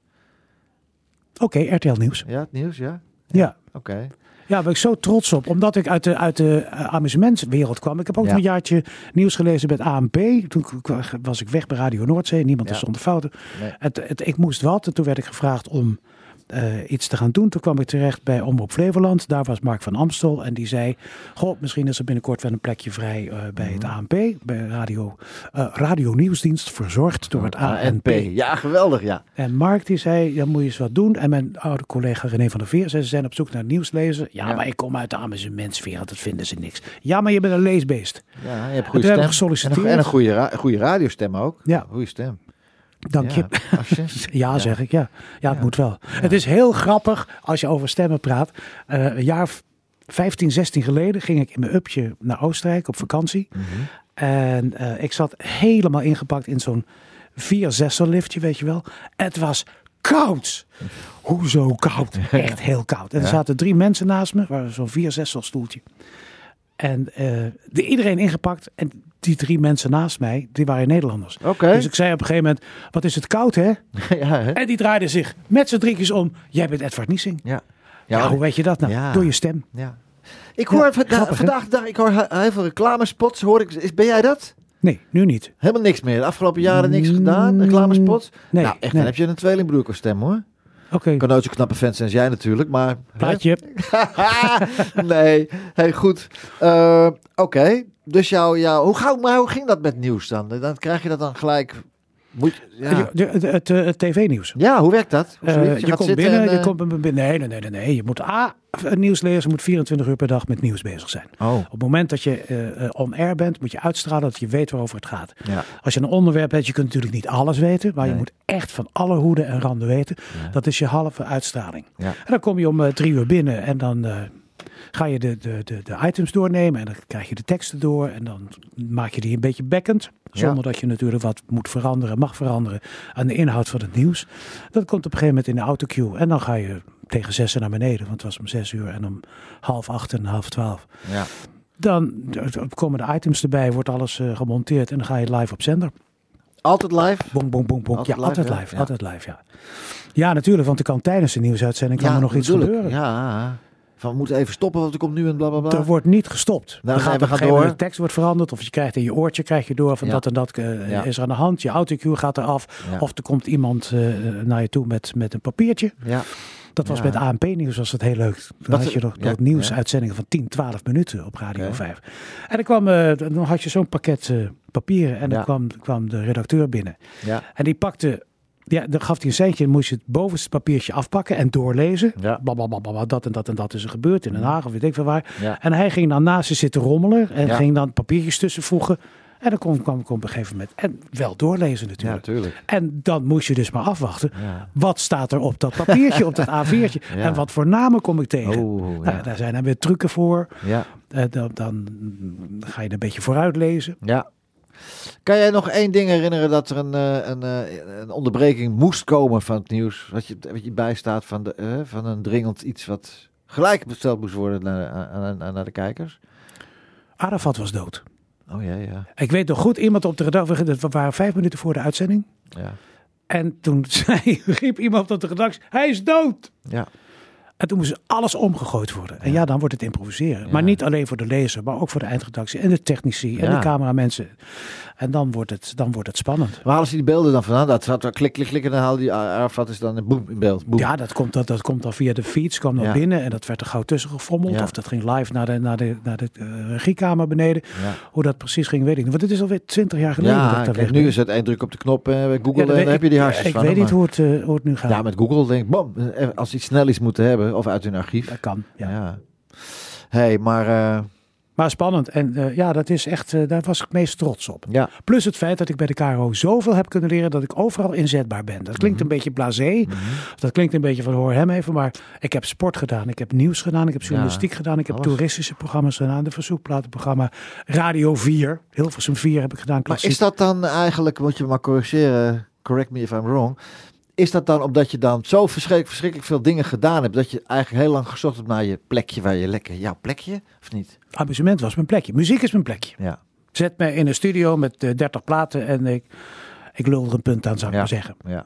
Oké, okay, R T L Nieuws. Ja, het nieuws, ja? Ja. ja. Oké. Okay. Ja, daar ben ik zo trots op. Omdat ik uit de, uit de uh, amusementswereld kwam. Ik heb ook ja. een jaartje nieuws gelezen met A N P. Toen was ik weg bij Radio Noordzee. Niemand ja. is zonder fouten. Nee. Het, het, ik moest wat. En toen werd ik gevraagd om uh, iets te gaan doen. Toen kwam ik terecht bij Omroep Flevoland. Daar was Mark van Amstel. En die zei, goh, misschien is er binnenkort wel een plekje vrij uh, bij het A N P. Bij Radio, uh, Radio Nieuwsdienst, verzorgd door het A N P. Ja, geweldig, ja. En Mark die zei, ja, moet je eens wat doen. En mijn oude collega René van der Veer zei, ze zijn op zoek naar nieuwslezer. Ja, ja, maar ik kom uit de amusementswereld, dat vinden ze niks. Ja, maar je bent een leesbeest. Ja, je hebt een goede stem. Gesolliciteerd. En een goede, ra- goede radiostem ook. Ja. Goede stem. Dank je. Ja, ja, ja, zeg ik. Ja, ja, ja. Het moet wel. Ja. Het is heel grappig als je over stemmen praat. Uh, een jaar vijftien, zestien geleden ging ik in mijn upje naar Oostenrijk op vakantie. Mm-hmm. En uh, ik zat helemaal ingepakt in zo'n vier-zesser-liftje, weet je wel. Het was koud. Hoezo koud? Echt heel koud. En er zaten drie mensen naast me, waar zo'n vier-zesser stoeltje. En uh, de, iedereen ingepakt. En die drie mensen naast mij, die waren Nederlanders. Okay. Dus ik zei op een gegeven moment, wat is het koud, hè? ja, hè? En die draaiden zich met z'n drietjes om. Jij bent Edward Niesing. Ja. Ja, ja, hoe weet je dat nou? Ja. Door je stem. Ja. Ik hoor ja, vanda- grappig, vandaag de dag, ik hoor heel veel reclamespots. Hoor ik, ben jij dat? Nee, nu niet. Helemaal niks meer. De afgelopen jaren niks gedaan, reclamespots? Nee. Nou, echt, nee. Dan heb je een tweelingbroer stem, hoor. Oké. Okay. Kan nooit zo'n knappe fan zijn als jij natuurlijk, maar... Plaatje. nee, hey, goed. Uh, Oké, okay. Dus jou, jou, hoe, gauw, maar hoe ging dat met nieuws dan? Dan krijg je dat dan gelijk... Moet, ja. de, de, het, het tv-nieuws. Ja, hoe werkt dat? Hoe uh, je, je komt binnen, en, uh... je komt binnen. Nee, nee, nee, nee, nee. Je moet A, een nieuwslezer moet vierentwintig uur per dag met nieuws bezig zijn. Oh. Op het moment dat je uh, on-air bent, moet je uitstralen dat je weet waarover het gaat. Ja. Als je een onderwerp hebt, je kunt natuurlijk niet alles weten, maar nee. je moet echt van alle hoeden en randen weten. Ja. Dat is je halve uitstraling. Ja. En dan kom je om uh, drie uur binnen en dan... Uh, ga je de, de, de, de items doornemen en dan krijg je de teksten door en dan maak je die een beetje backend. Zonder ja. dat je natuurlijk wat moet veranderen, mag veranderen aan de inhoud van het nieuws. Dat komt op een gegeven moment in de autocue en dan ga je tegen zessen naar beneden, want het was om zes uur en om half acht en half twaalf. Ja. Dan komen de items erbij, wordt alles uh, gemonteerd en dan ga je live op zender. Altijd live? Bong, bong, bong, bong. Altijd ja, live, altijd live. Ja. Altijd live, ja. Ja, natuurlijk, want er kan tijdens de nieuwsuitzending kan ja, er nog iets gebeuren. Ja, van we moeten even stoppen, want er komt nu een blablabla. Er wordt niet gestopt. Nou, er gaat nee, we gaan door. De tekst wordt veranderd, of je krijgt in je oortje krijg je door van ja. dat en dat uh, ja. is er aan de hand. Je autocue gaat eraf, ja. of er komt iemand uh, naar je toe met, met een papiertje. Ja. Dat was ja. met A N P-nieuws was het heel leuk. Dan dat had je nog ja, nieuwsuitzendingen ja. van tien, twaalf minuten op Radio okay. vijf. En dan, kwam, uh, dan had je zo'n pakket uh, papieren en dan ja. kwam, kwam de redacteur binnen. Ja. En die pakte... Ja, dan gaf hij een centje en moest je het bovenste papiertje afpakken en doorlezen. Ja. Blablabla, dat en dat en dat is er gebeurd in Den Haag of weet ik veel waar. Ja. En hij ging dan naast ze zitten rommelen en ja. ging dan papiertjes tussen voegen. En dan kon, kwam ik op een gegeven moment. En wel doorlezen natuurlijk. Ja, tuurlijk. En dan moest je dus maar afwachten. Ja. Wat staat er op dat papiertje, op dat A viertje? Ja. En wat voor namen kom ik tegen? Oh, nou, ja. daar zijn dan weer trucken voor. Ja. Uh, dan, dan ga je er een beetje vooruit lezen. Ja. Kan jij nog één ding herinneren dat er een, uh, een, uh, een onderbreking moest komen van het nieuws? Wat je, wat je bijstaat van, de, uh, van een dringend iets wat gelijk besteld moest worden naar, aan, aan, naar de kijkers? Arafat was dood. Oh ja, ja. Ik weet nog goed, iemand op de redactie, we waren vijf minuten voor de uitzending. Ja. En toen zei, riep iemand op de redactie, hij is dood. Ja. En toen moest alles omgegooid worden. En ja, dan wordt het improviseren. Ja. Maar niet alleen voor de lezer, maar ook voor de eindredactie en de technici en Ja. de cameramensen. En dan wordt het, dan wordt het spannend. Waar halen ze die beelden dan vandaan? Dat zat er klik, klik, klik en dan haalde die Arafat is dan boem in beeld. Boem. Ja, dat komt, dat, dat komt dan via de feeds, kwam dan Ja. binnen en dat werd er gauw tussen gefrommeld. Ja. Of dat ging live naar de, naar de, naar de uh, regiekamer beneden. Ja. Hoe dat precies ging, weet ik niet. Want het is alweer twintig jaar geleden. dat Ja, ik daar kijk, weg nu is het één druk op de knop uh, bij Google Ja, en weet- dan heb je die harsjes Ik van. weet hem, niet maar- hoe het, uh, hoe het nu gaat. Ja, met Google denk ik, bom, eh, als ze iets snel iets moeten hebben of uit hun archief. Dat kan, ja. Ja. Hey, maar uh, Maar spannend. En uh, ja, dat is echt, uh, daar was ik het meest trots op. ja. Plus het feit dat ik bij de K R O zoveel heb kunnen leren dat ik overal inzetbaar ben. Dat klinkt een beetje blasé. Dat klinkt een beetje van hoor hem even. Maar ik heb sport gedaan. Ik heb nieuws gedaan. Ik heb journalistiek Ja, gedaan. Ik heb alles. toeristische programma's gedaan. De verzoekplatenprogramma. Radio vier. Hilversum vier heb ik gedaan. Maar Klassiek. is dat dan eigenlijk, moet je me maar corrigeren, correct me if I'm wrong. Is dat dan omdat je dan zo verschrikkelijk, verschrikkelijk veel dingen gedaan hebt, dat je eigenlijk heel lang gezocht hebt naar je plekje waar je lekker, jouw plekje, of niet? Amusement was mijn plekje. Muziek is mijn plekje. Ja. Zet me in een studio met uh, dertig platen en ik, ik lul er een punt aan, zou ik Ja. maar zeggen. Ja.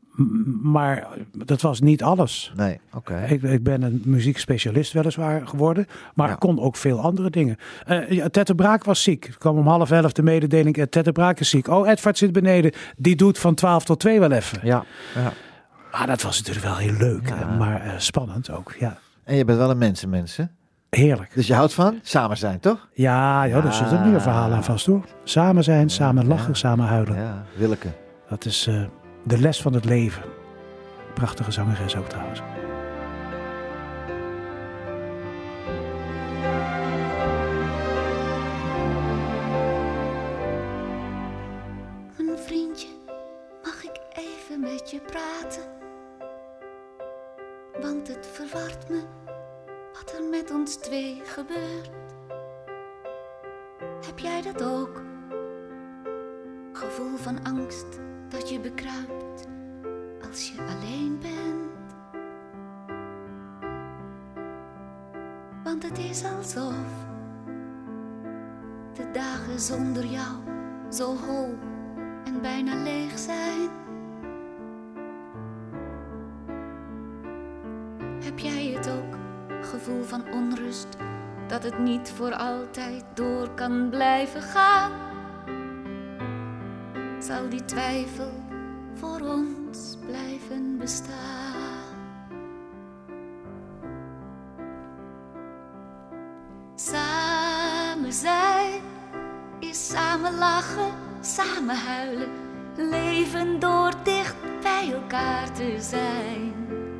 M- maar dat was niet alles. Nee, oké. Ik, ik ben een muziekspecialist weliswaar geworden, maar Ja. ik kon ook veel andere dingen. Uh, ja, Tette Braak was ziek. Ik kwam om half elf de mededeling, uh, Tette Braak is ziek. Oh, Edvard zit beneden. Die doet van twaalf tot twee wel even. Ja. Ja. Maar dat was natuurlijk wel heel leuk, Ja. uh, maar uh, spannend ook. Ja, En je bent wel een mensenmens, hè? heerlijk. Dus je houdt van samen zijn, toch? Ja, ja, daar zit ook meer verhaal aan vast hoor. Samen zijn, samen lachen, ja. samen huilen. Ja, Willeke. Dat is uh, de les van het leven. Prachtige zangeres ook trouwens. Mijn vriendje, mag ik even met je praten? Want het verwart me wat er met ons twee gebeurt. Heb jij dat ook? Gevoel van angst dat je bekruipt als je alleen bent. Want het is alsof de dagen zonder jou zo hol en bijna leeg zijn. Heb jij het ook, gevoel van onrust, dat het niet voor altijd door kan blijven gaan? Zal die twijfel voor ons blijven bestaan? Samen zijn is samen lachen, samen huilen, leven door dicht bij elkaar te zijn.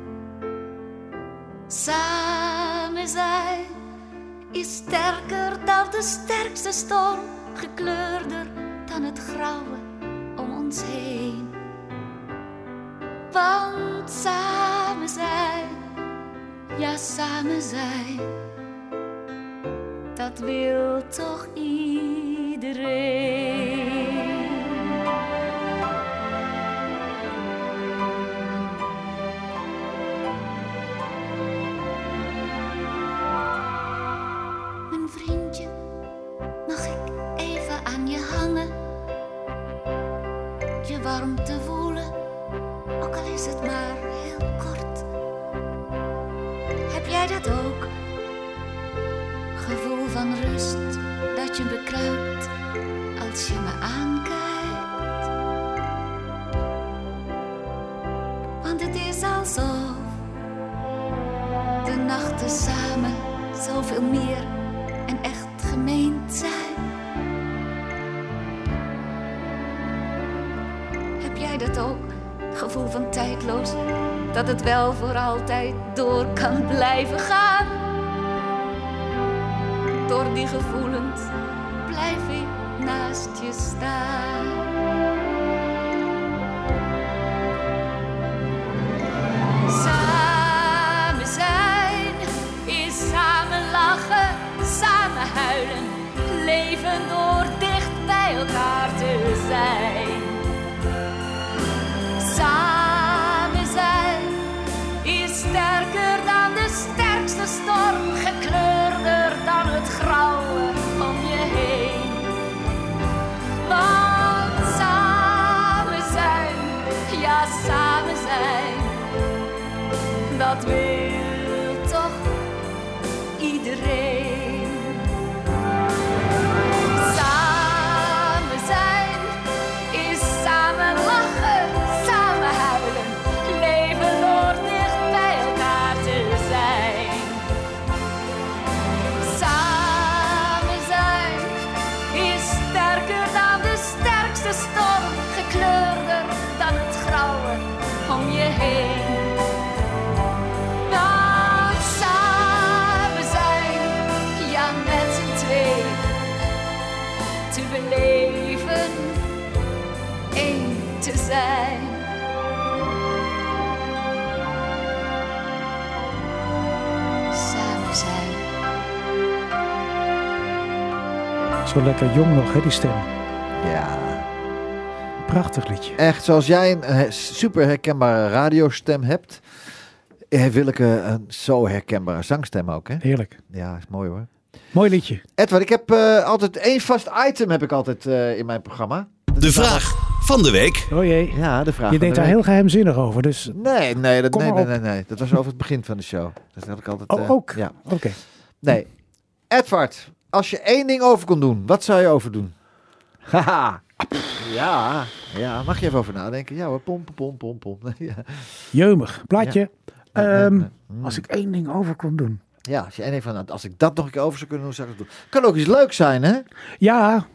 Samen zijn is sterker dan de sterkste storm, gekleurder dan het grauwe om ons heen. Want samen zijn, ja samen zijn, dat wil toch iedereen. Mijn vriendje, mag ik even aan je hangen? Je warmte voelen, ook al is het maar heel kort. Heb jij dat ook? Gevoel van rust dat je bekruipt als je me aankijkt. Want het is alsof de nachten samen zoveel meer en echt gemeend zijn. Heb jij dat ook? Gevoel van tijdloos, dat het wel voor altijd door kan blijven gaan. Door die gevoelens blijf ik naast je staan. Samen zijn is samen lachen, samen huilen, leven door dicht bij elkaar te zijn. Samen zijn is sterker dan de sterkste storm, gekleurder dan het grauwe om je heen. Want samen zijn, ja samen zijn, dat wil toch iedereen. Samen zijn is samen lachen, samen huilen, leven door dicht bij elkaar te zijn. Samen zijn is sterker dan de sterkste storm, gekleurder dan het grauwe om je heen. Want samen zijn, ja met z'n twee, te beleven, één te zijn. Samen zijn. Zo lekker jong nog, hè, die stem. Ja. Prachtig liedje. Echt, zoals jij een eh, super herkenbare radiostem hebt, heeft Willeke een zo herkenbare zangstem ook, hè? Heerlijk. Ja, is mooi hoor. Mooi liedje. Edward, ik heb uh, altijd één vast item heb ik altijd uh, in mijn programma. Dat De is vraag van de week. Oh jee. Ja, de vraag Je van deed de daar week. heel geheimzinnig over, dus... Nee, nee, dat, Kom nee, maar nee, op. nee, nee. Dat was over het begin van de show. Dat heb ik altijd... Oh, uh, ook? Ja. Oké. Okay. Nee. Edward, als je één ding over kon doen, wat zou je over doen? Haha. Ja, ja, mag je even over nadenken. Ja hoor, pompen, pomp, pomp, pomp. Ja. Jeumig. Plaatje. Ja. Um, Mm. als ik één ding over kon doen. Ja, als je één ding van, nou, als ik dat nog een keer over zou kunnen doen, zou ik het doen. Kan ook iets leuks zijn, hè? Ja.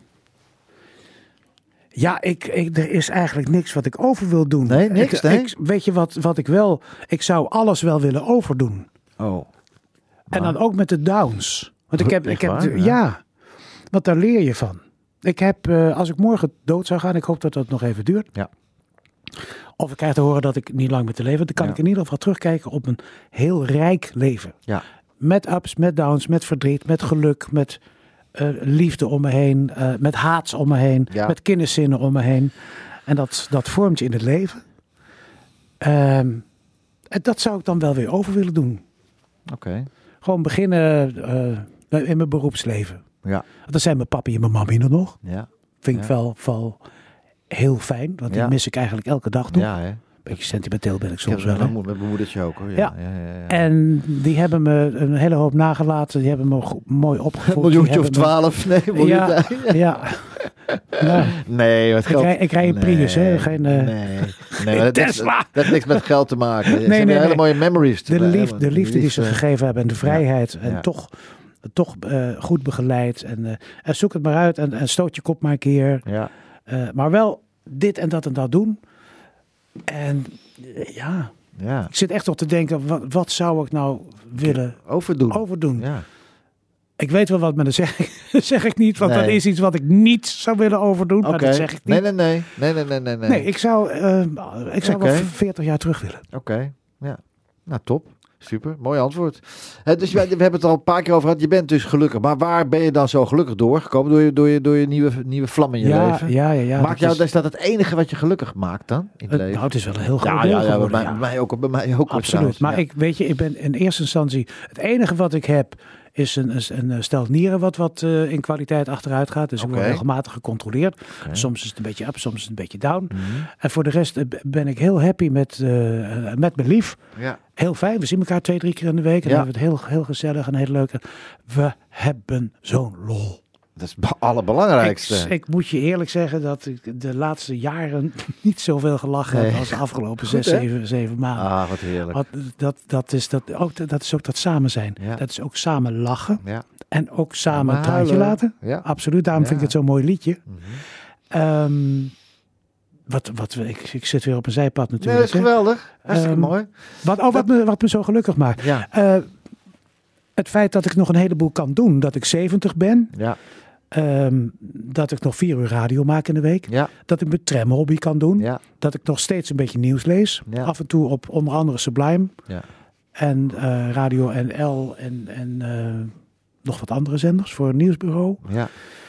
Ja, ik, ik, er is eigenlijk niks wat ik over wil doen. Nee, niks, ik, nee? Ik, weet je wat, wat ik wel... Ik zou alles wel willen overdoen. Oh. En dan ook met de downs. Want ik heb... Echt Ik heb waar? ja. Ja. Want daar leer je van. Ik heb, uh, als ik morgen dood zou gaan, ik hoop dat dat nog even duurt. Ja. Of ik krijg te horen dat ik niet lang meer te leven. Dan kan Ja. ik in ieder geval terugkijken op een heel rijk leven. Ja. Met ups, met downs, met verdriet, met geluk, met uh, liefde om me heen, uh, met haats om me heen, Ja. met kinderzinnen om me heen. En dat, dat vormt je in het leven. Um, en dat zou ik dan wel weer over willen doen. Oké. Okay. Gewoon beginnen uh, in mijn beroepsleven. Ja. Dat zijn mijn papi en mijn mami er nog. Ja. Vind ja. ik wel, wel heel fijn, want ja. die mis ik eigenlijk elke dag nog. Ja, hè? Beetje sentimenteel ben ik soms wel. wel. Met mijn moedertje ook hoor. Ja. Ja. Ja, ja, ja. En die hebben me een hele hoop nagelaten. Die hebben me go- mooi opgevoed. Een miljoentje of Die hebben twaalf. Nee, me- miljoen. Ja, ja. Nou, Nee, wat ik, geld. rij, ik rij een nee, Prius, hè? Geen, uh, nee, nee, maar dat, heeft, Tesla. dat heeft niks met geld te maken. Ze Nee, hebben nee, hele nee. mooie memories. de, lief, de liefde die ze gegeven hebben en de vrijheid. En Ja. toch, toch uh, goed begeleid. En, uh, en zoek het maar uit en, en stoot je kop maar een keer. Ja. Uh, maar wel dit en dat en dat doen. En uh, ja, Ja. ik zit echt op te denken, wat, wat zou ik nou willen Overdoen. overdoen? Ja. Ik weet wel wat, maar dat zeg ik, zeg ik niet. Want Nee. dat is iets wat ik niet zou willen overdoen. Oké. Maar dat zeg ik niet. Nee, nee, nee. Nee, nee, nee, nee. Nee, Nee, ik zou, uh, ik zou Oké. wel veertig jaar terug willen. Oké. Okay. Ja. Nou, top. Super. Mooi antwoord. He, dus we hebben het al een paar keer over gehad. Je bent dus gelukkig. Maar waar ben je dan zo gelukkig doorgekomen? Door je, door je, door je nieuwe, nieuwe vlam in je Ja, leven? ja, ja. ja. Maakt dat jou, is, is dat het enige wat je gelukkig maakt dan? In het het, leven? nou, het is wel een heel groot Ja, deel ja, ja, bij, geworden, mij, ja. bij mij ook. Bij mij ook. Absoluut. trouwens, Maar ja. ik weet je, ik ben in eerste instantie... Het enige wat ik heb is een, een, een stel nieren wat, wat uh, in kwaliteit achteruit gaat. Dus ik Oké. word regelmatig gecontroleerd. Okay. Soms is het een beetje up, soms is het een beetje down. Mm-hmm. En voor de rest uh, ben ik heel happy met, uh, met mijn lief. Ja. Heel fijn. We zien elkaar twee, drie keer in de week. En Ja. dan hebben we het heel, heel gezellig en heel leuk. En we hebben zo'n lol. Dat is het allerbelangrijkste. Ik, ik moet je eerlijk zeggen dat ik de laatste jaren niet zoveel gelachen Nee. heb als de afgelopen Goed, zes, hè? zeven, zeven maanden. Ah, wat heerlijk. Want dat, dat, is dat, ook, dat is ook dat samen zijn. Ja. Dat is ook samen lachen. Ja. En ook samen een Samen traantje huilen. laten. Ja. Absoluut, daarom Ja. vind ik het zo'n mooi liedje. Mm-hmm. Um, wat, wat, ik, ik zit weer op een zijpad Nee, natuurlijk. dat is hè. geweldig. Hartstikke Um, mooi. Wat, oh, wat, me, wat me zo gelukkig maakt. Ja. Uh, het feit dat ik nog een heleboel kan doen. Dat ik zeventig ben. Ja. Um, dat ik nog vier uur radio maak in de week. Ja. Dat ik mijn tramhobby kan doen. Ja. Dat ik nog steeds een beetje nieuws lees. Ja. Af en toe op onder andere Sublime. Ja. En uh, Radio N L en, en uh, nog wat andere zenders voor een nieuwsbureau. Ja.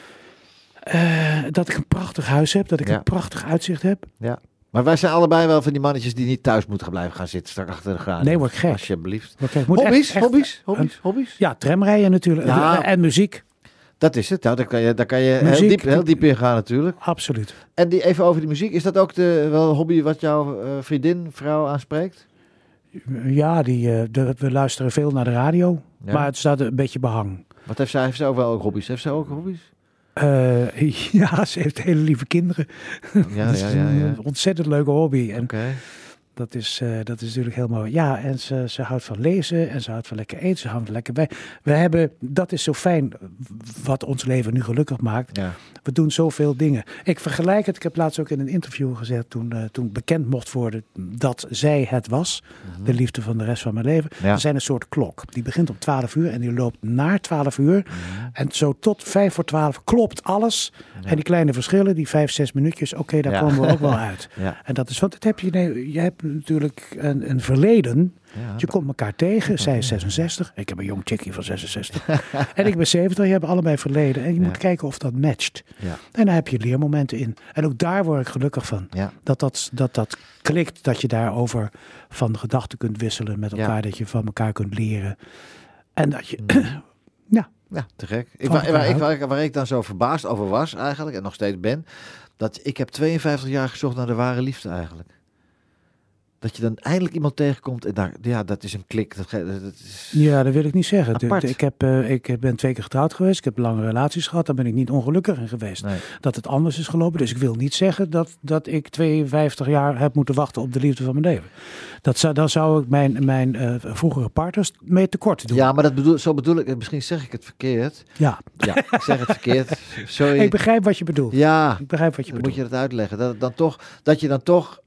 Uh, dat ik een prachtig huis heb. Dat ik Ja. een prachtig uitzicht heb. Ja. Maar wij zijn allebei wel van die mannetjes die niet thuis moeten blijven gaan zitten. Strak achter de graden. Nee, word ik gek. Alsjeblieft. Word ik gek. Moet Hobby's, echt- echt- hobby's, hobby's, hobby's. Ja, tramrijden natuurlijk. Ja. En muziek. Dat is het. Nou, daar kan je, daar kan je heel, Muziek. diep, heel diep in gaan natuurlijk. Absoluut. En die, even over die muziek. Is dat ook de, wel een hobby wat jouw uh, vriendin, vrouw aanspreekt? Ja, die, uh, de, we luisteren veel naar de radio. Ja. Maar het staat een beetje behang. Wat heeft zij? Heeft zij ook wel ook hobby's? Heeft zij ook hobby's? Uh, ja, ze heeft hele lieve kinderen. Ja, dat is ja, ja, een ja. ontzettend leuke hobby. En Oké. dat, is, uh, dat is natuurlijk heel mooi. Ja, en ze, ze houdt van lezen en ze houdt van lekker eten. Ze houdt er lekker bij. We hebben, dat is zo fijn wat ons leven nu gelukkig maakt. Ja. We doen zoveel dingen. Ik vergelijk het, ik heb laatst ook in een interview gezet toen, uh, toen bekend mocht worden dat zij het was. Mm-hmm. De liefde van de rest van mijn leven. Ja. We zijn een soort klok. Die begint om twaalf uur en die loopt naar twaalf uur. Mm-hmm. En zo tot vijf voor twaalf klopt alles. Ja. En die kleine verschillen, die vijf, zes minuutjes, oké, okay, daar Ja. komen we ook wel uit. Ja. En dat is, want het heb je, nee, je hebt natuurlijk een, een verleden. Ja. Je komt elkaar tegen. Zij is zesenzestig. Ik heb een jong chickie van zesenzestig. En ik ben zeventig. Je hebt allebei verleden. En je Ja. moet kijken of dat matcht. Ja. En daar heb je leermomenten in. En ook daar word ik gelukkig van. Ja. Dat, dat, dat dat klikt. Dat je daarover van gedachten kunt wisselen met elkaar. Ja. Dat je van elkaar kunt leren. En dat je... Mm. ja. Ja, te gek. Ik, Van waar, waar, ik, elkaar waar, ik, waar ik dan zo verbaasd over was eigenlijk, en nog steeds ben, dat ik heb tweeënvijftig jaar gezocht naar de ware liefde eigenlijk. Dat je dan eindelijk iemand tegenkomt en daar, ja, dat is een klik. Dat, ge- dat is... Ja, dat wil ik niet zeggen. Apart. Ik, heb, uh, ik ben twee keer getrouwd geweest. Ik heb lange relaties gehad. Daar ben ik niet ongelukkig in geweest. Nee. Dat het anders is gelopen. Dus ik wil niet zeggen dat, dat ik tweeënvijftig jaar heb moeten wachten op de liefde van mijn leven. Dat zou, dan zou ik mijn, mijn uh, vroegere partners mee tekort doen. Ja, maar dat bedoel, zo bedoel ik, misschien zeg ik het verkeerd. Ja. Ja, ik zeg het verkeerd. Sorry. Ik begrijp wat je bedoelt. Ja, Ik begrijp wat je dan bedoelt. moet je dat uitleggen. Dat, dan toch, dat je dan toch,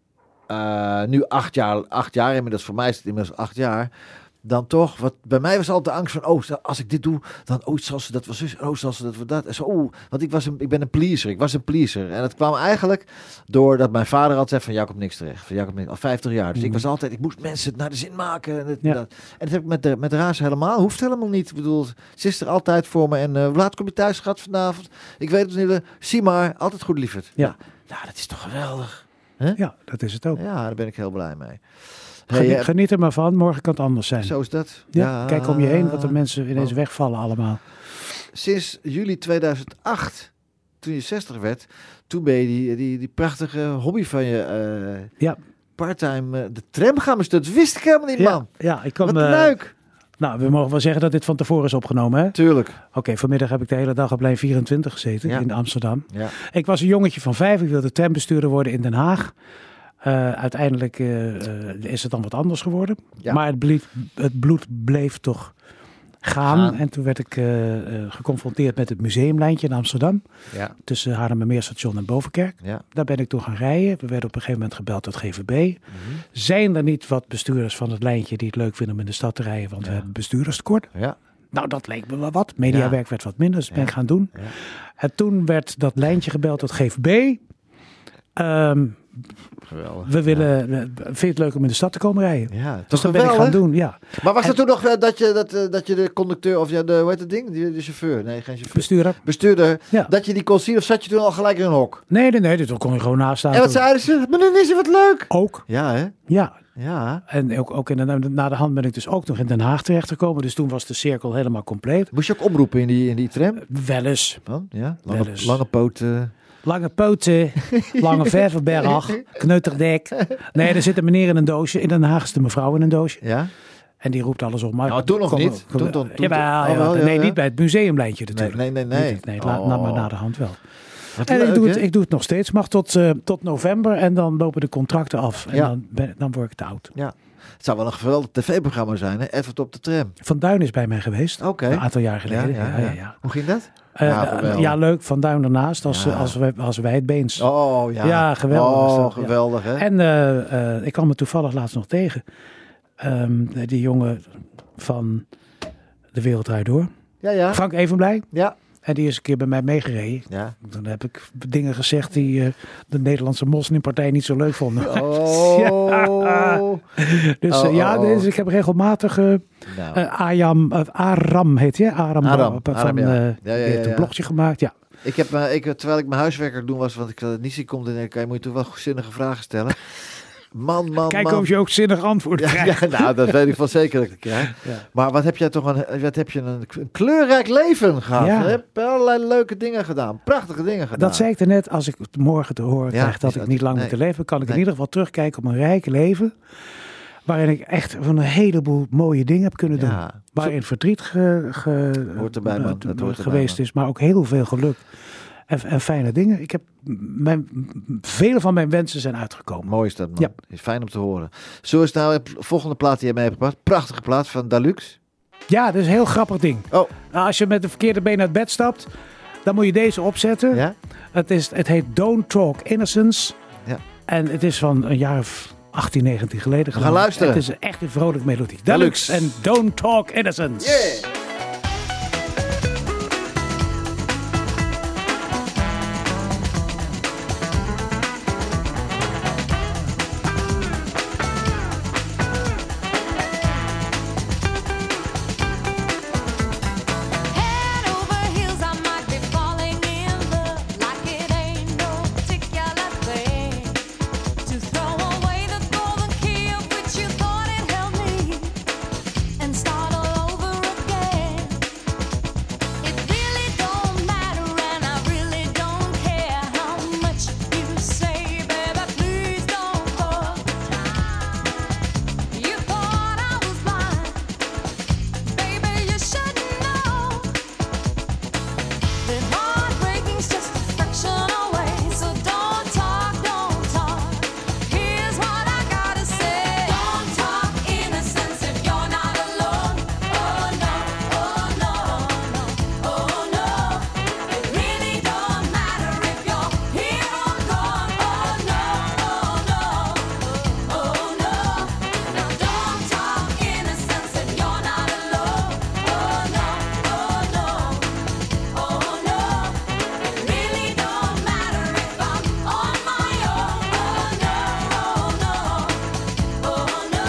uh, nu acht jaar, acht jaar, inmiddels voor mij is het inmiddels acht jaar, dan toch, wat bij mij was altijd de angst van, oh, als ik dit doe, dan, oh, zal ze dat wel zus, oh, zal ze dat wel dat. En zo, oh, want ik was een, ik ben een pleaser, ik was een pleaser. En dat kwam eigenlijk doordat mijn vader altijd zei van, Jacob niks terecht, van Jacob niks, al vijftig jaar. Dus Mm. ik was altijd, ik moest mensen naar de zin maken. En, het, Ja. dat. en dat heb ik met de, met de Raas helemaal, hoeft helemaal niet. Ik bedoel, ze is er altijd voor me. En uh, hoe laat kom je thuis, schat, vanavond? Ik weet het niet, uh, zie maar, altijd goed, lieverd. Ja. Nou, dat is toch geweldig. Ja, dat is het ook. Ja, daar ben ik heel blij mee. Geniet, Hey, uh, geniet er maar van. Morgen kan het anders zijn. zo is dat. Ja, kijk om je heen wat de mensen ineens Oh. wegvallen allemaal. Sinds juli tweeduizend acht, toen je zestig werd, toen ben je die, die, die prachtige hobby van je uh, Ja. parttime, uh, de tram gaan besturen. Dat wist ik helemaal niet, man. Ja, ja, ik kan... Wat uh, leuk. Nou, we mogen wel zeggen dat dit van tevoren is opgenomen, hè? Tuurlijk. Oké, okay, vanmiddag heb ik de hele dag op lijn vierentwintig gezeten Ja. in Amsterdam. Ja. Ik was een jongetje van vijf. Ik wilde trambestuurder worden in Den Haag. Uh, uiteindelijk uh, uh, is het dan wat anders geworden. Ja. Maar het, blief, het bloed bleef toch gaan. Gaan. En toen werd ik uh, uh, geconfronteerd met het museumlijntje in Amsterdam. Ja. Tussen Haarlemmermeerstation en Bovenkerk. Ja. Daar ben ik toen gaan rijden. We werden op een gegeven moment gebeld tot G V B. Mm-hmm. Zijn er niet wat bestuurders van het lijntje die het leuk vinden om in de stad te rijden? Want Ja. we hebben bestuurderstekort. Ja. Nou, dat leek me wel wat. Mediawerk Ja. werd wat minder, dus dat ben Ja. ik gaan doen. Ja. En toen werd dat lijntje gebeld tot G V B. Um, Geweldig. we willen, ja. Vind je het leuk om in de stad te komen rijden? Ja, Dus toch dat ben ik geweldig. gaan doen, ja. Maar was En- er toen nog uh, dat, je, dat, uh, dat je de conducteur, of ja, de, hoe heet het ding? Die, de chauffeur? Nee, geen chauffeur. Bestuurder. Bestuurder. Ja. Dat je die kon zien, of zat je toen al gelijk in een hok? Nee, nee, nee, dit kon je gewoon naast staan. En wat Toen- zeiden ze? Meneer Nissie, wat leuk. Ook, Ja, hè? ja. Ja. En ook, ook in de, na de hand ben ik dus ook nog in Den Haag terechtgekomen. Dus toen was de cirkel helemaal compleet. Moest je ook oproepen in die, in die tram? Wel eens. Man, ja. Wel Lange, eens. lange poten. Lange poten, lange ververberg, kneuterdek. Nee, er zit een meneer in een doosje. In Den Haag is de mevrouw in een doosje. Ja. En die roept alles op. Maar Nou, toen nog kom- niet. kom- Toen- toen- toen- Jawel, oh, jawel. wel, ja, nee, ja. niet bij het museumlijntje Nee, natuurlijk. nee, nee. nee. Niet- nee, la- Oh. na- maar na de hand wel. Wat En leuk, ik, doe het, hè? ik doe het nog steeds. Mag tot, uh, tot november en dan lopen de contracten af. En Ja. dan, ben, dan word ik te oud. Ja. Het zou wel een geweldig tv-programma zijn, hè? Even op de tram. Van Duin is bij mij geweest. Oké. Een aantal jaar geleden. Ja, ja, ja. Hoe ging dat? Uh, Ja, uh, geweldig. ja, leuk. Van Duin ernaast als, Ja. als, wij, als wij het beens. Oh, ja. Ja, geweldig is Oh, dat, ja. geweldig, hè? En uh, uh, ik kwam me toevallig laatst nog tegen. Um, die jongen van De Wereld Draait Door. Ja, ja. Frank Evenblij. Ja. En die is een keer bij mij meegereden. Ja. Dan heb ik dingen gezegd die uh, de Nederlandse moslimpartij niet zo leuk vonden. Oh. ja. Dus uh, oh, ja, oh, oh. dus ik heb regelmatig uh, nou. uh, Ayam, uh, Aram heet je? Aram, Aram, van Aram, ja. Uh, Ja, ja, ja, die heeft een ja. blogje gemaakt, ja. Ik heb, uh, ik, terwijl ik mijn huiswerk aan het doen was, want ik uh, Nissi komt en ik, moet je toch wel zinnige vragen stellen. Man, man, Kijk man. of je ook zinnig antwoord ja, krijgt. ja, nou, dat weet ik van zeker dat ik krijg. Ja. Maar wat heb jij toch een, wat heb je een, een kleurrijk leven gehad. Ja. Je hebt allerlei leuke dingen gedaan. Prachtige dingen gedaan. Dat zei ik er net, als ik morgen te horen Ja, krijg dat dat, ik niet lang nee. moet te leven, kan ik Nee. in ieder geval terugkijken op een rijk leven. Waarin ik echt van een heleboel mooie dingen heb kunnen doen. Ja. Waarin verdriet ge, ge, Hoort erbij, man. uh, Dat hoort erbij, geweest man. is, maar ook heel veel geluk. En, en fijne dingen. Ik heb mijn, vele van mijn wensen zijn uitgekomen. Mooi is dat, man. Ja. Is fijn om te horen. Zo is nou de volgende plaat die je mee hebt gebracht. Prachtige plaat van Dalux. Ja, dat is een heel grappig ding. Oh. Nou, als je met de verkeerde been uit bed stapt, dan moet je deze opzetten. Ja? Het, is, het heet Don't Talk Innocence. Ja. En het is van een jaar of achttien, negentien geleden. We gaan geloof ik. luisteren. Het is echt een vrolijk melodie. Dalux. Dalux en Don't Talk Innocence. Yeah. Head over heels, I might be falling in love like it ain't no particular thing. To throw away the golden key of which you thought it held me and start all over again. It really don't matter and I really don't care how much you say, baby, please don't go. You thought I was blind, baby, you should know that heartbreaking's just a fraction away. So don't talk, don't talk. Here's what I gotta say. Don't talk innocence if you're not alone. Oh no, oh no, no, oh no. It really don't matter if you're here or gone. Oh no, oh no, oh no. Now don't talk innocence if you're not alone. Oh no, oh no. Oh no, it really don't matter if I'm on my own. Oh no, oh no, oh no.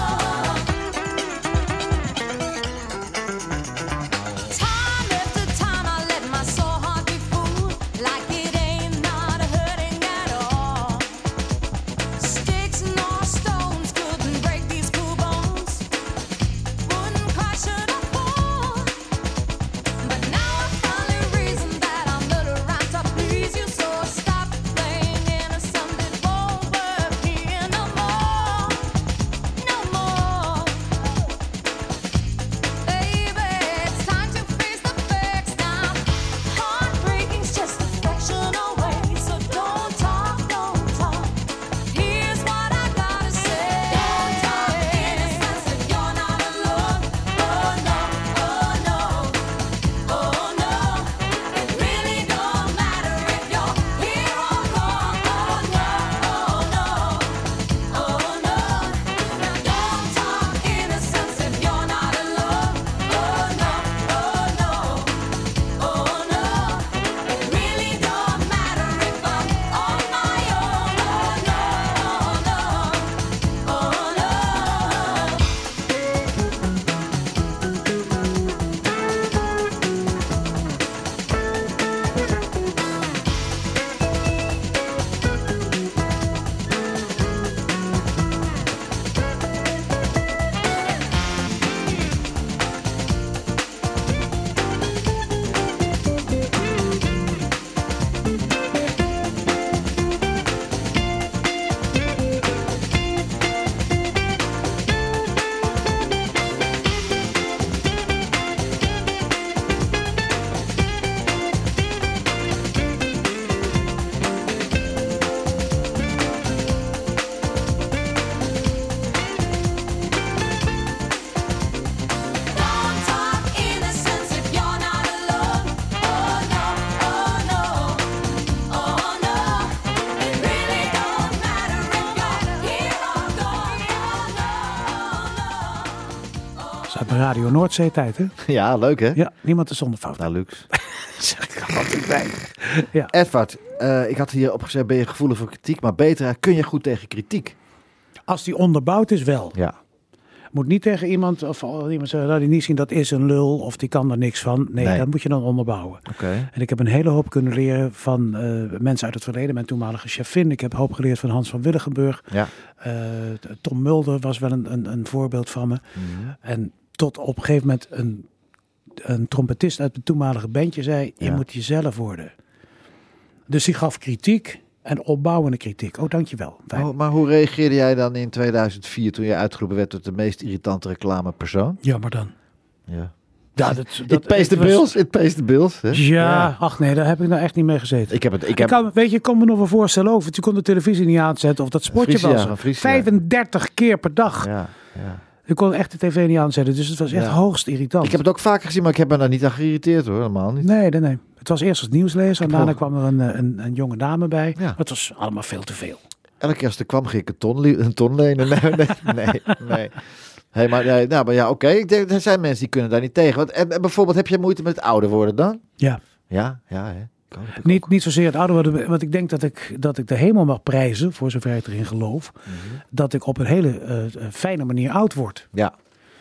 Time after time I let my sore heart be fooled, like it ain't not hurting at all. Sticks nor stones couldn't break these cool bones, wouldn't crush it or fall. But now I finally reason that I'm not around to please you, so stop playing innocent. It won't work here no more, no more. Baby, it's time to face the facts now. Heartbreaking's just a fraction away, so don't talk, don't talk. Here's what I gotta say. Don't talk innocence if you're not alone. Oh no, oh no. Oh no, it really don't matter if you're here or gone. Oh no, oh no, oh no. Now don't talk innocence if you're not alone. Oh no, oh no, oh no. It really don't matter if I'm on my own. Oh no, oh no, oh no. Don't talk innocence if you're not alone. Oh no, oh no, oh no. It really don't matter if you're here or gone. Oh no, oh no. Dat is uit mijn Radio Noordzee tijd, hè? Ja, leuk hè? Ja, niemand is zonder fout. Dalux. zeg ik er altijd bij. Ja. Edward, uh, ik had hier opgezet, ben je gevoelig voor kritiek, maar beter, kun je goed tegen kritiek? Als die onderbouwd is, wel. Ja. Moet niet tegen iemand of iemand zeggen, nou, die niet zien dat is een lul of die kan er niks van. Nee, nee. Dat moet je dan onderbouwen. Okay. En ik heb een hele hoop kunnen leren van uh, mensen uit het verleden. Mijn toenmalige chefin. Ik heb een hoop geleerd van Hans van Willigenburg. Ja. Uh, Tom Mulder was wel een, een, een voorbeeld van me. Mm-hmm. En tot op een gegeven moment een, een trompetist uit mijn toenmalige bandje zei, je ja. moet jezelf worden. Dus die gaf kritiek. En opbouwende kritiek. Oh, dankjewel. Oh, maar hoe reageerde jij dan in tweeduizend vier toen je uitgeroepen werd tot de meest irritante reclamepersoon? Ja, maar dan. Ja. Ja, dat, dat, it pays the was... bills, it pays the bills. Hè? Ja, ja, ach nee, daar heb ik nou echt niet mee gezeten. Ik heb het, ik heb... Ik kan, weet je, ik kon me nog wel voorstellen over. Je kon de televisie niet aanzetten of dat spotje Friesia, was. Friesia. vijfendertig keer per dag. Ja, ja. Ik kon echt de tv niet aanzetten, dus het was echt ja. hoogst irritant. Ik heb het ook vaker gezien, maar ik heb me daar niet aan geïrriteerd hoor, helemaal niet. Nee, nee, nee. Het was eerst als nieuwslezer en daarna oh. kwam er een, een, een jonge dame bij. Ja. Het was allemaal veel te veel. Elke keer als er kwam, ging ik een ton, een ton lenen. Nee, nee, nee. nee. Hey, maar, ja, nou, maar ja, oké. Okay. Ik denk, er zijn mensen die kunnen daar niet tegen. Want, en, en bijvoorbeeld, heb je moeite met het ouder worden dan? Ja. Ja, ja, hè. Niet, niet zozeer het ouder worden, want ik denk dat ik, dat ik de hemel mag prijzen, voor zover ik erin geloof, mm-hmm. dat ik op een hele uh, fijne manier oud word. Ja.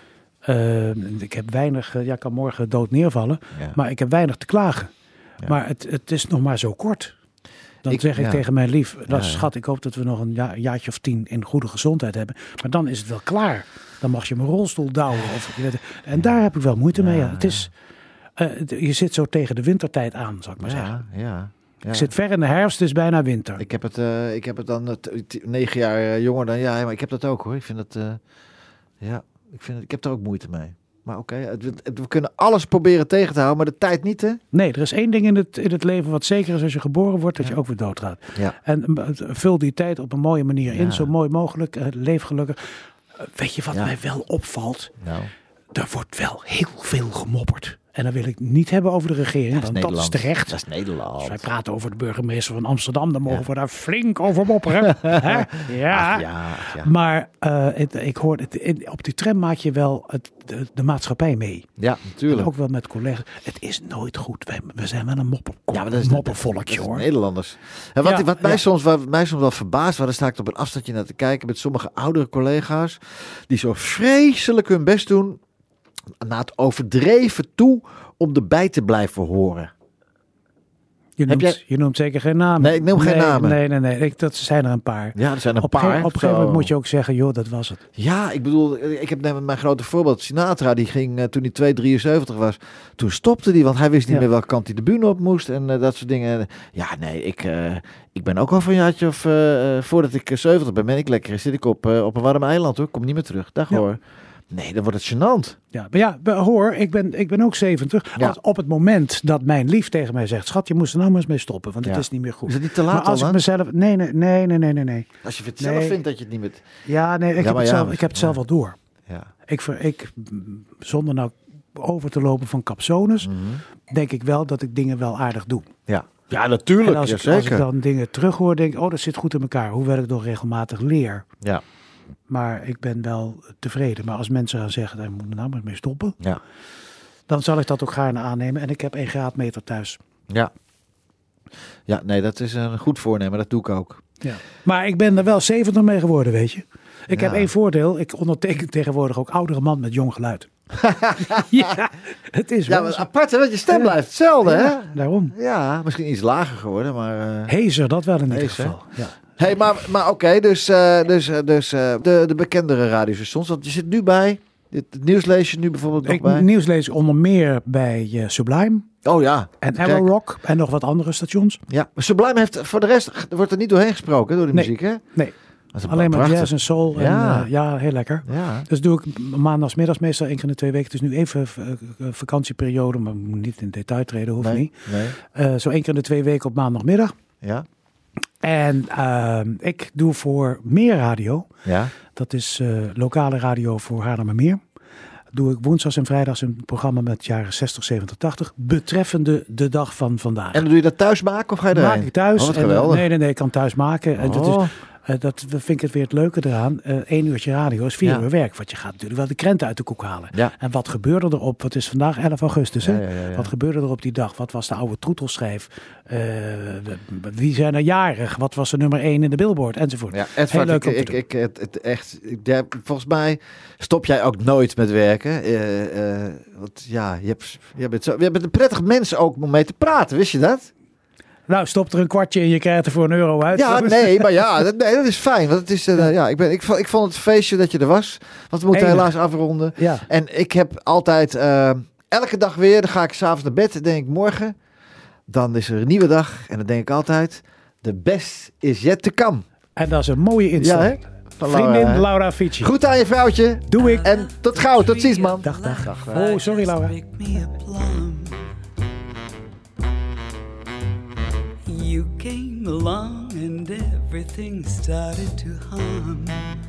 Uh, ik heb weinig, uh, ja, ik kan morgen dood neervallen, ja. maar ik heb weinig te klagen. Ja. Maar het, het is nog maar zo kort. Dan ik, zeg ik ja. tegen mijn lief, dat ja, ja. schat, ik hoop dat we nog een ja, jaartje of tien in goede gezondheid hebben. Maar dan is het wel klaar. Dan mag je mijn rolstoel douwen. Of, en ja. daar heb ik wel moeite ja, mee. Ja. Het is, uh, je zit zo tegen de wintertijd aan, zou ik maar ja, zeggen. Ja. Ja. Ik zit ver in de herfst, het is bijna winter. Ik heb het, uh, ik heb het dan uh, t- negen jaar uh, jonger dan jij, maar ik heb dat ook hoor. Ik vind het, uh, ja, ik, vind het, ik heb er ook moeite mee. Maar oké, okay, we kunnen alles proberen tegen te houden, maar de tijd niet, hè? Nee, er is één ding in het, in het leven wat zeker is als je geboren wordt, dat ja. je ook weer doodgaat. Ja. En uh, vul die tijd op een mooie manier in, ja. zo mooi mogelijk, uh, leef gelukkig. Uh, weet je wat ja. mij wel opvalt? Nou. Er wordt wel heel veel gemopperd. En dan wil ik niet hebben over de regering, want dat is terecht. Dat is Nederland. Als wij praten over de burgemeester van Amsterdam, dan mogen ja. we daar flink over mopperen. ja. Ja. Ach, ja, ja. Maar uh, het, ik hoor, het, op die tram maak je wel het, de, de maatschappij mee. Ja, natuurlijk. En ook wel met collega's. Het is nooit goed. Wij, we zijn wel een mopper, ja, dat is moppervolkje, hoor. Nederlanders. En wat, ja, wat mij, ja. soms, wat mij soms wel verbaast, waar dan sta ik op een afstandje naar te kijken met sommige oudere collega's, die zo vreselijk hun best doen naar het overdreven toe om erbij te blijven horen. Je noemt, jij... je noemt zeker geen namen. Nee, ik noem nee, geen namen. Nee, nee, nee. Ik, dat zijn er een paar. Ja, er zijn een op paar. Ge- op een gegeven moment moet je ook zeggen, joh, dat was het. Ja, ik bedoel, ik heb net mijn grote voorbeeld. Sinatra, die ging uh, toen hij twee drieënzeventig was. Toen stopte hij, want hij wist niet ja. meer welke kant hij de bühne op moest. En uh, dat soort dingen. Ja, nee, ik, uh, ik ben ook al van een jaartje of uh, voordat ik zeventig ben, ben ik lekker. Zit ik op, uh, op een warm eiland hoor. Kom niet meer terug. Dag ja. hoor. Nee, dan wordt het gênant. Ja, maar ja, hoor, ik ben, ik ben ook zeventig. Ja. Als op het moment dat mijn lief tegen mij zegt, schat, je moest er nou maar eens mee stoppen, want ja. het is niet meer goed. Is het niet te laat maar als al, ik mezelf, nee, nee, nee, nee, nee, nee. Als je het zelf nee. vindt dat je het niet met... Ja, nee, ik, ja, heb, het ja, zelf, ik heb het zelf ja. al door. Ja. Ik, ik, zonder nou over te lopen van capsones, mm-hmm. denk ik wel dat ik dingen wel aardig doe. Ja. Ja, natuurlijk. En als, ja, ik, zeker. als ik dan dingen terug hoor, denk ik, oh, dat zit goed in elkaar. Hoewel ik nog regelmatig leer. Ja. Maar ik ben wel tevreden. Maar als mensen gaan zeggen, daar moet je nou maar mee stoppen. Ja. Dan zal ik dat ook gaarne aannemen. En ik heb één graadmeter thuis. Ja. Ja, nee, dat is een goed voornemen. Dat doe ik ook. Ja. Maar ik ben er wel zeventig mee geworden, weet je. Ik ja. heb één voordeel. Ik onderteken tegenwoordig ook oudere man met jong geluid. ja, het is wel ja, maar apart hè, want je stem ja. blijft hetzelfde, ja, hè? Daarom. Ja, misschien iets lager geworden, maar... Uh... Hezer, dat wel in ieder Hezer. geval. Ja. Hey, maar, maar oké, okay, dus, uh, dus, uh, dus uh, de, de bekendere radiostations, want je zit nu bij, het, het nieuws lees je nu bijvoorbeeld nog ik, bij? Het nieuws lees ik onder meer bij uh, Sublime. Oh ja. En Arrow Rock en nog wat andere stations. Ja, maar Sublime heeft, voor de rest, wordt er niet doorheen gesproken door de nee. muziek, hè? Nee. Alleen maar prachtig. Jazz en soul. Ja, en, uh, ja heel lekker. Ja. Dus doe ik maandagsmiddags meestal één keer in de twee weken. Het is nu even uh, vakantieperiode, maar niet in detail treden, hoeft nee, niet. Nee. Uh, zo één keer in de twee weken op maandagmiddag. Ja. En uh, ik doe voor Meer Radio. Ja. Dat is uh, lokale radio voor Haarlemmermeer. Doe ik woensdags en vrijdags een programma met jaren zestig, zeventig, tachtig. Betreffende de dag van vandaag. En doe je dat thuis maken of ga je erheen? Maak ik thuis. Oh, wat geweldig. En, nee, nee, nee, ik kan thuis maken. En oh. dat is, Uh, dat, dat vind ik het weer het leuke eraan. Uh, één uurtje radio is vier ja. uur werk. Want je gaat natuurlijk wel de krenten uit de koek halen. Ja. En wat gebeurde er op, wat is vandaag elf augustus, hè? Ja, ja, ja, ja. Wat gebeurde er op die dag? Wat was de oude troetelschijf? Uh, wie zijn er jarig? Wat was de nummer één in de Billboard? Enzovoort. Ja, Edvard, leuk ik, ik, ik, het, het echt, ik, volgens mij stop jij ook nooit met werken. Uh, uh, want ja, je, hebt, je, bent zo, je bent een prettig mens ook om mee te praten. Wist je dat? Nou, stop er een kwartje en je krijgt er voor een euro uit. Ja, nee, maar ja, dat, nee, dat is fijn. Want het is, uh, ja. Ja, ik, ben, ik, ik vond het feestje dat je er was. Want we moeten Enig. helaas afronden. Ja. En ik heb altijd, uh, elke dag weer, dan ga ik 's avonds naar bed. Dan denk ik morgen, dan is er een nieuwe dag. En dan denk ik altijd, the best is yet to come. En dat is een mooie instelling. Ja, hè? Vriendin Laura, Laura Fici. Goed aan je vrouwtje. Doe ik. En tot gauw, tot ziens man. Dag, dag, dag. Oh, sorry Laura. You came along and everything started to hum.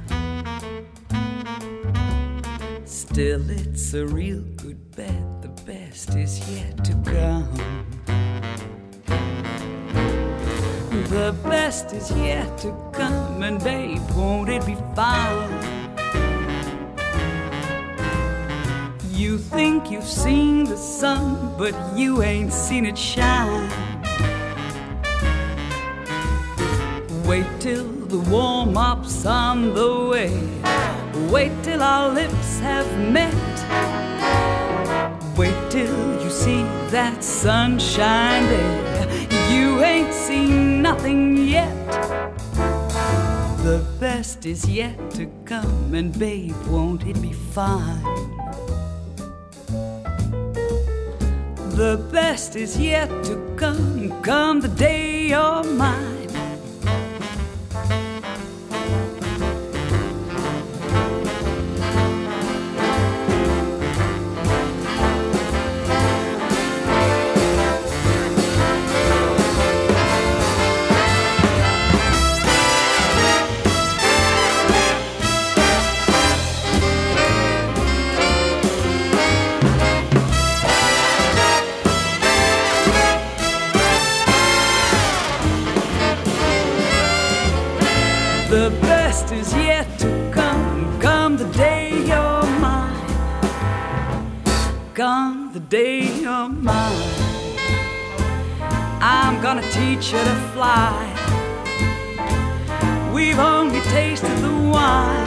Still it's a real good bet, the best is yet to come. The best is yet to come, and babe, won't it be fine? You think you've seen the sun, but you ain't seen it shine. Wait till the warm-up's on the way. Wait till our lips have met. Wait till you see that sunshine there. You ain't seen nothing yet. The best is yet to come, and babe, won't it be fine? The best is yet to come, come the day you're mine. The best is yet to come, come the day you're mine. Come the day you're mine. I'm gonna teach you to fly. We've only tasted the wine.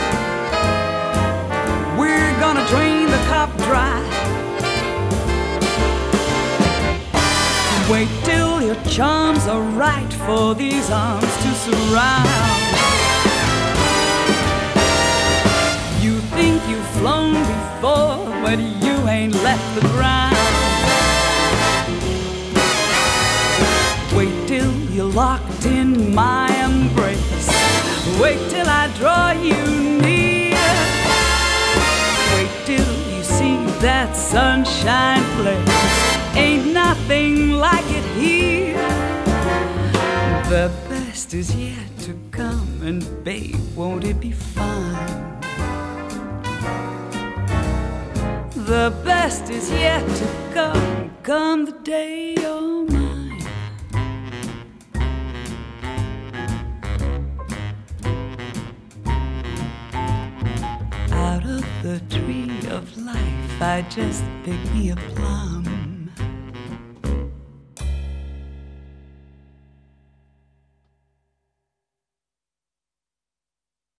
We're gonna drain the cup dry. Wait till your charms are right for these arms to surround. You think you've flown before, but you ain't left the ground. Wait till you're locked in my embrace. Wait till I draw you near. Wait till you see that sunshine blaze. Ain't nothing like it here. The best is yet to come, and babe, won't it be fine? The best is yet to come, come the day you're mine. Out of the tree of life, I just picked me a plum.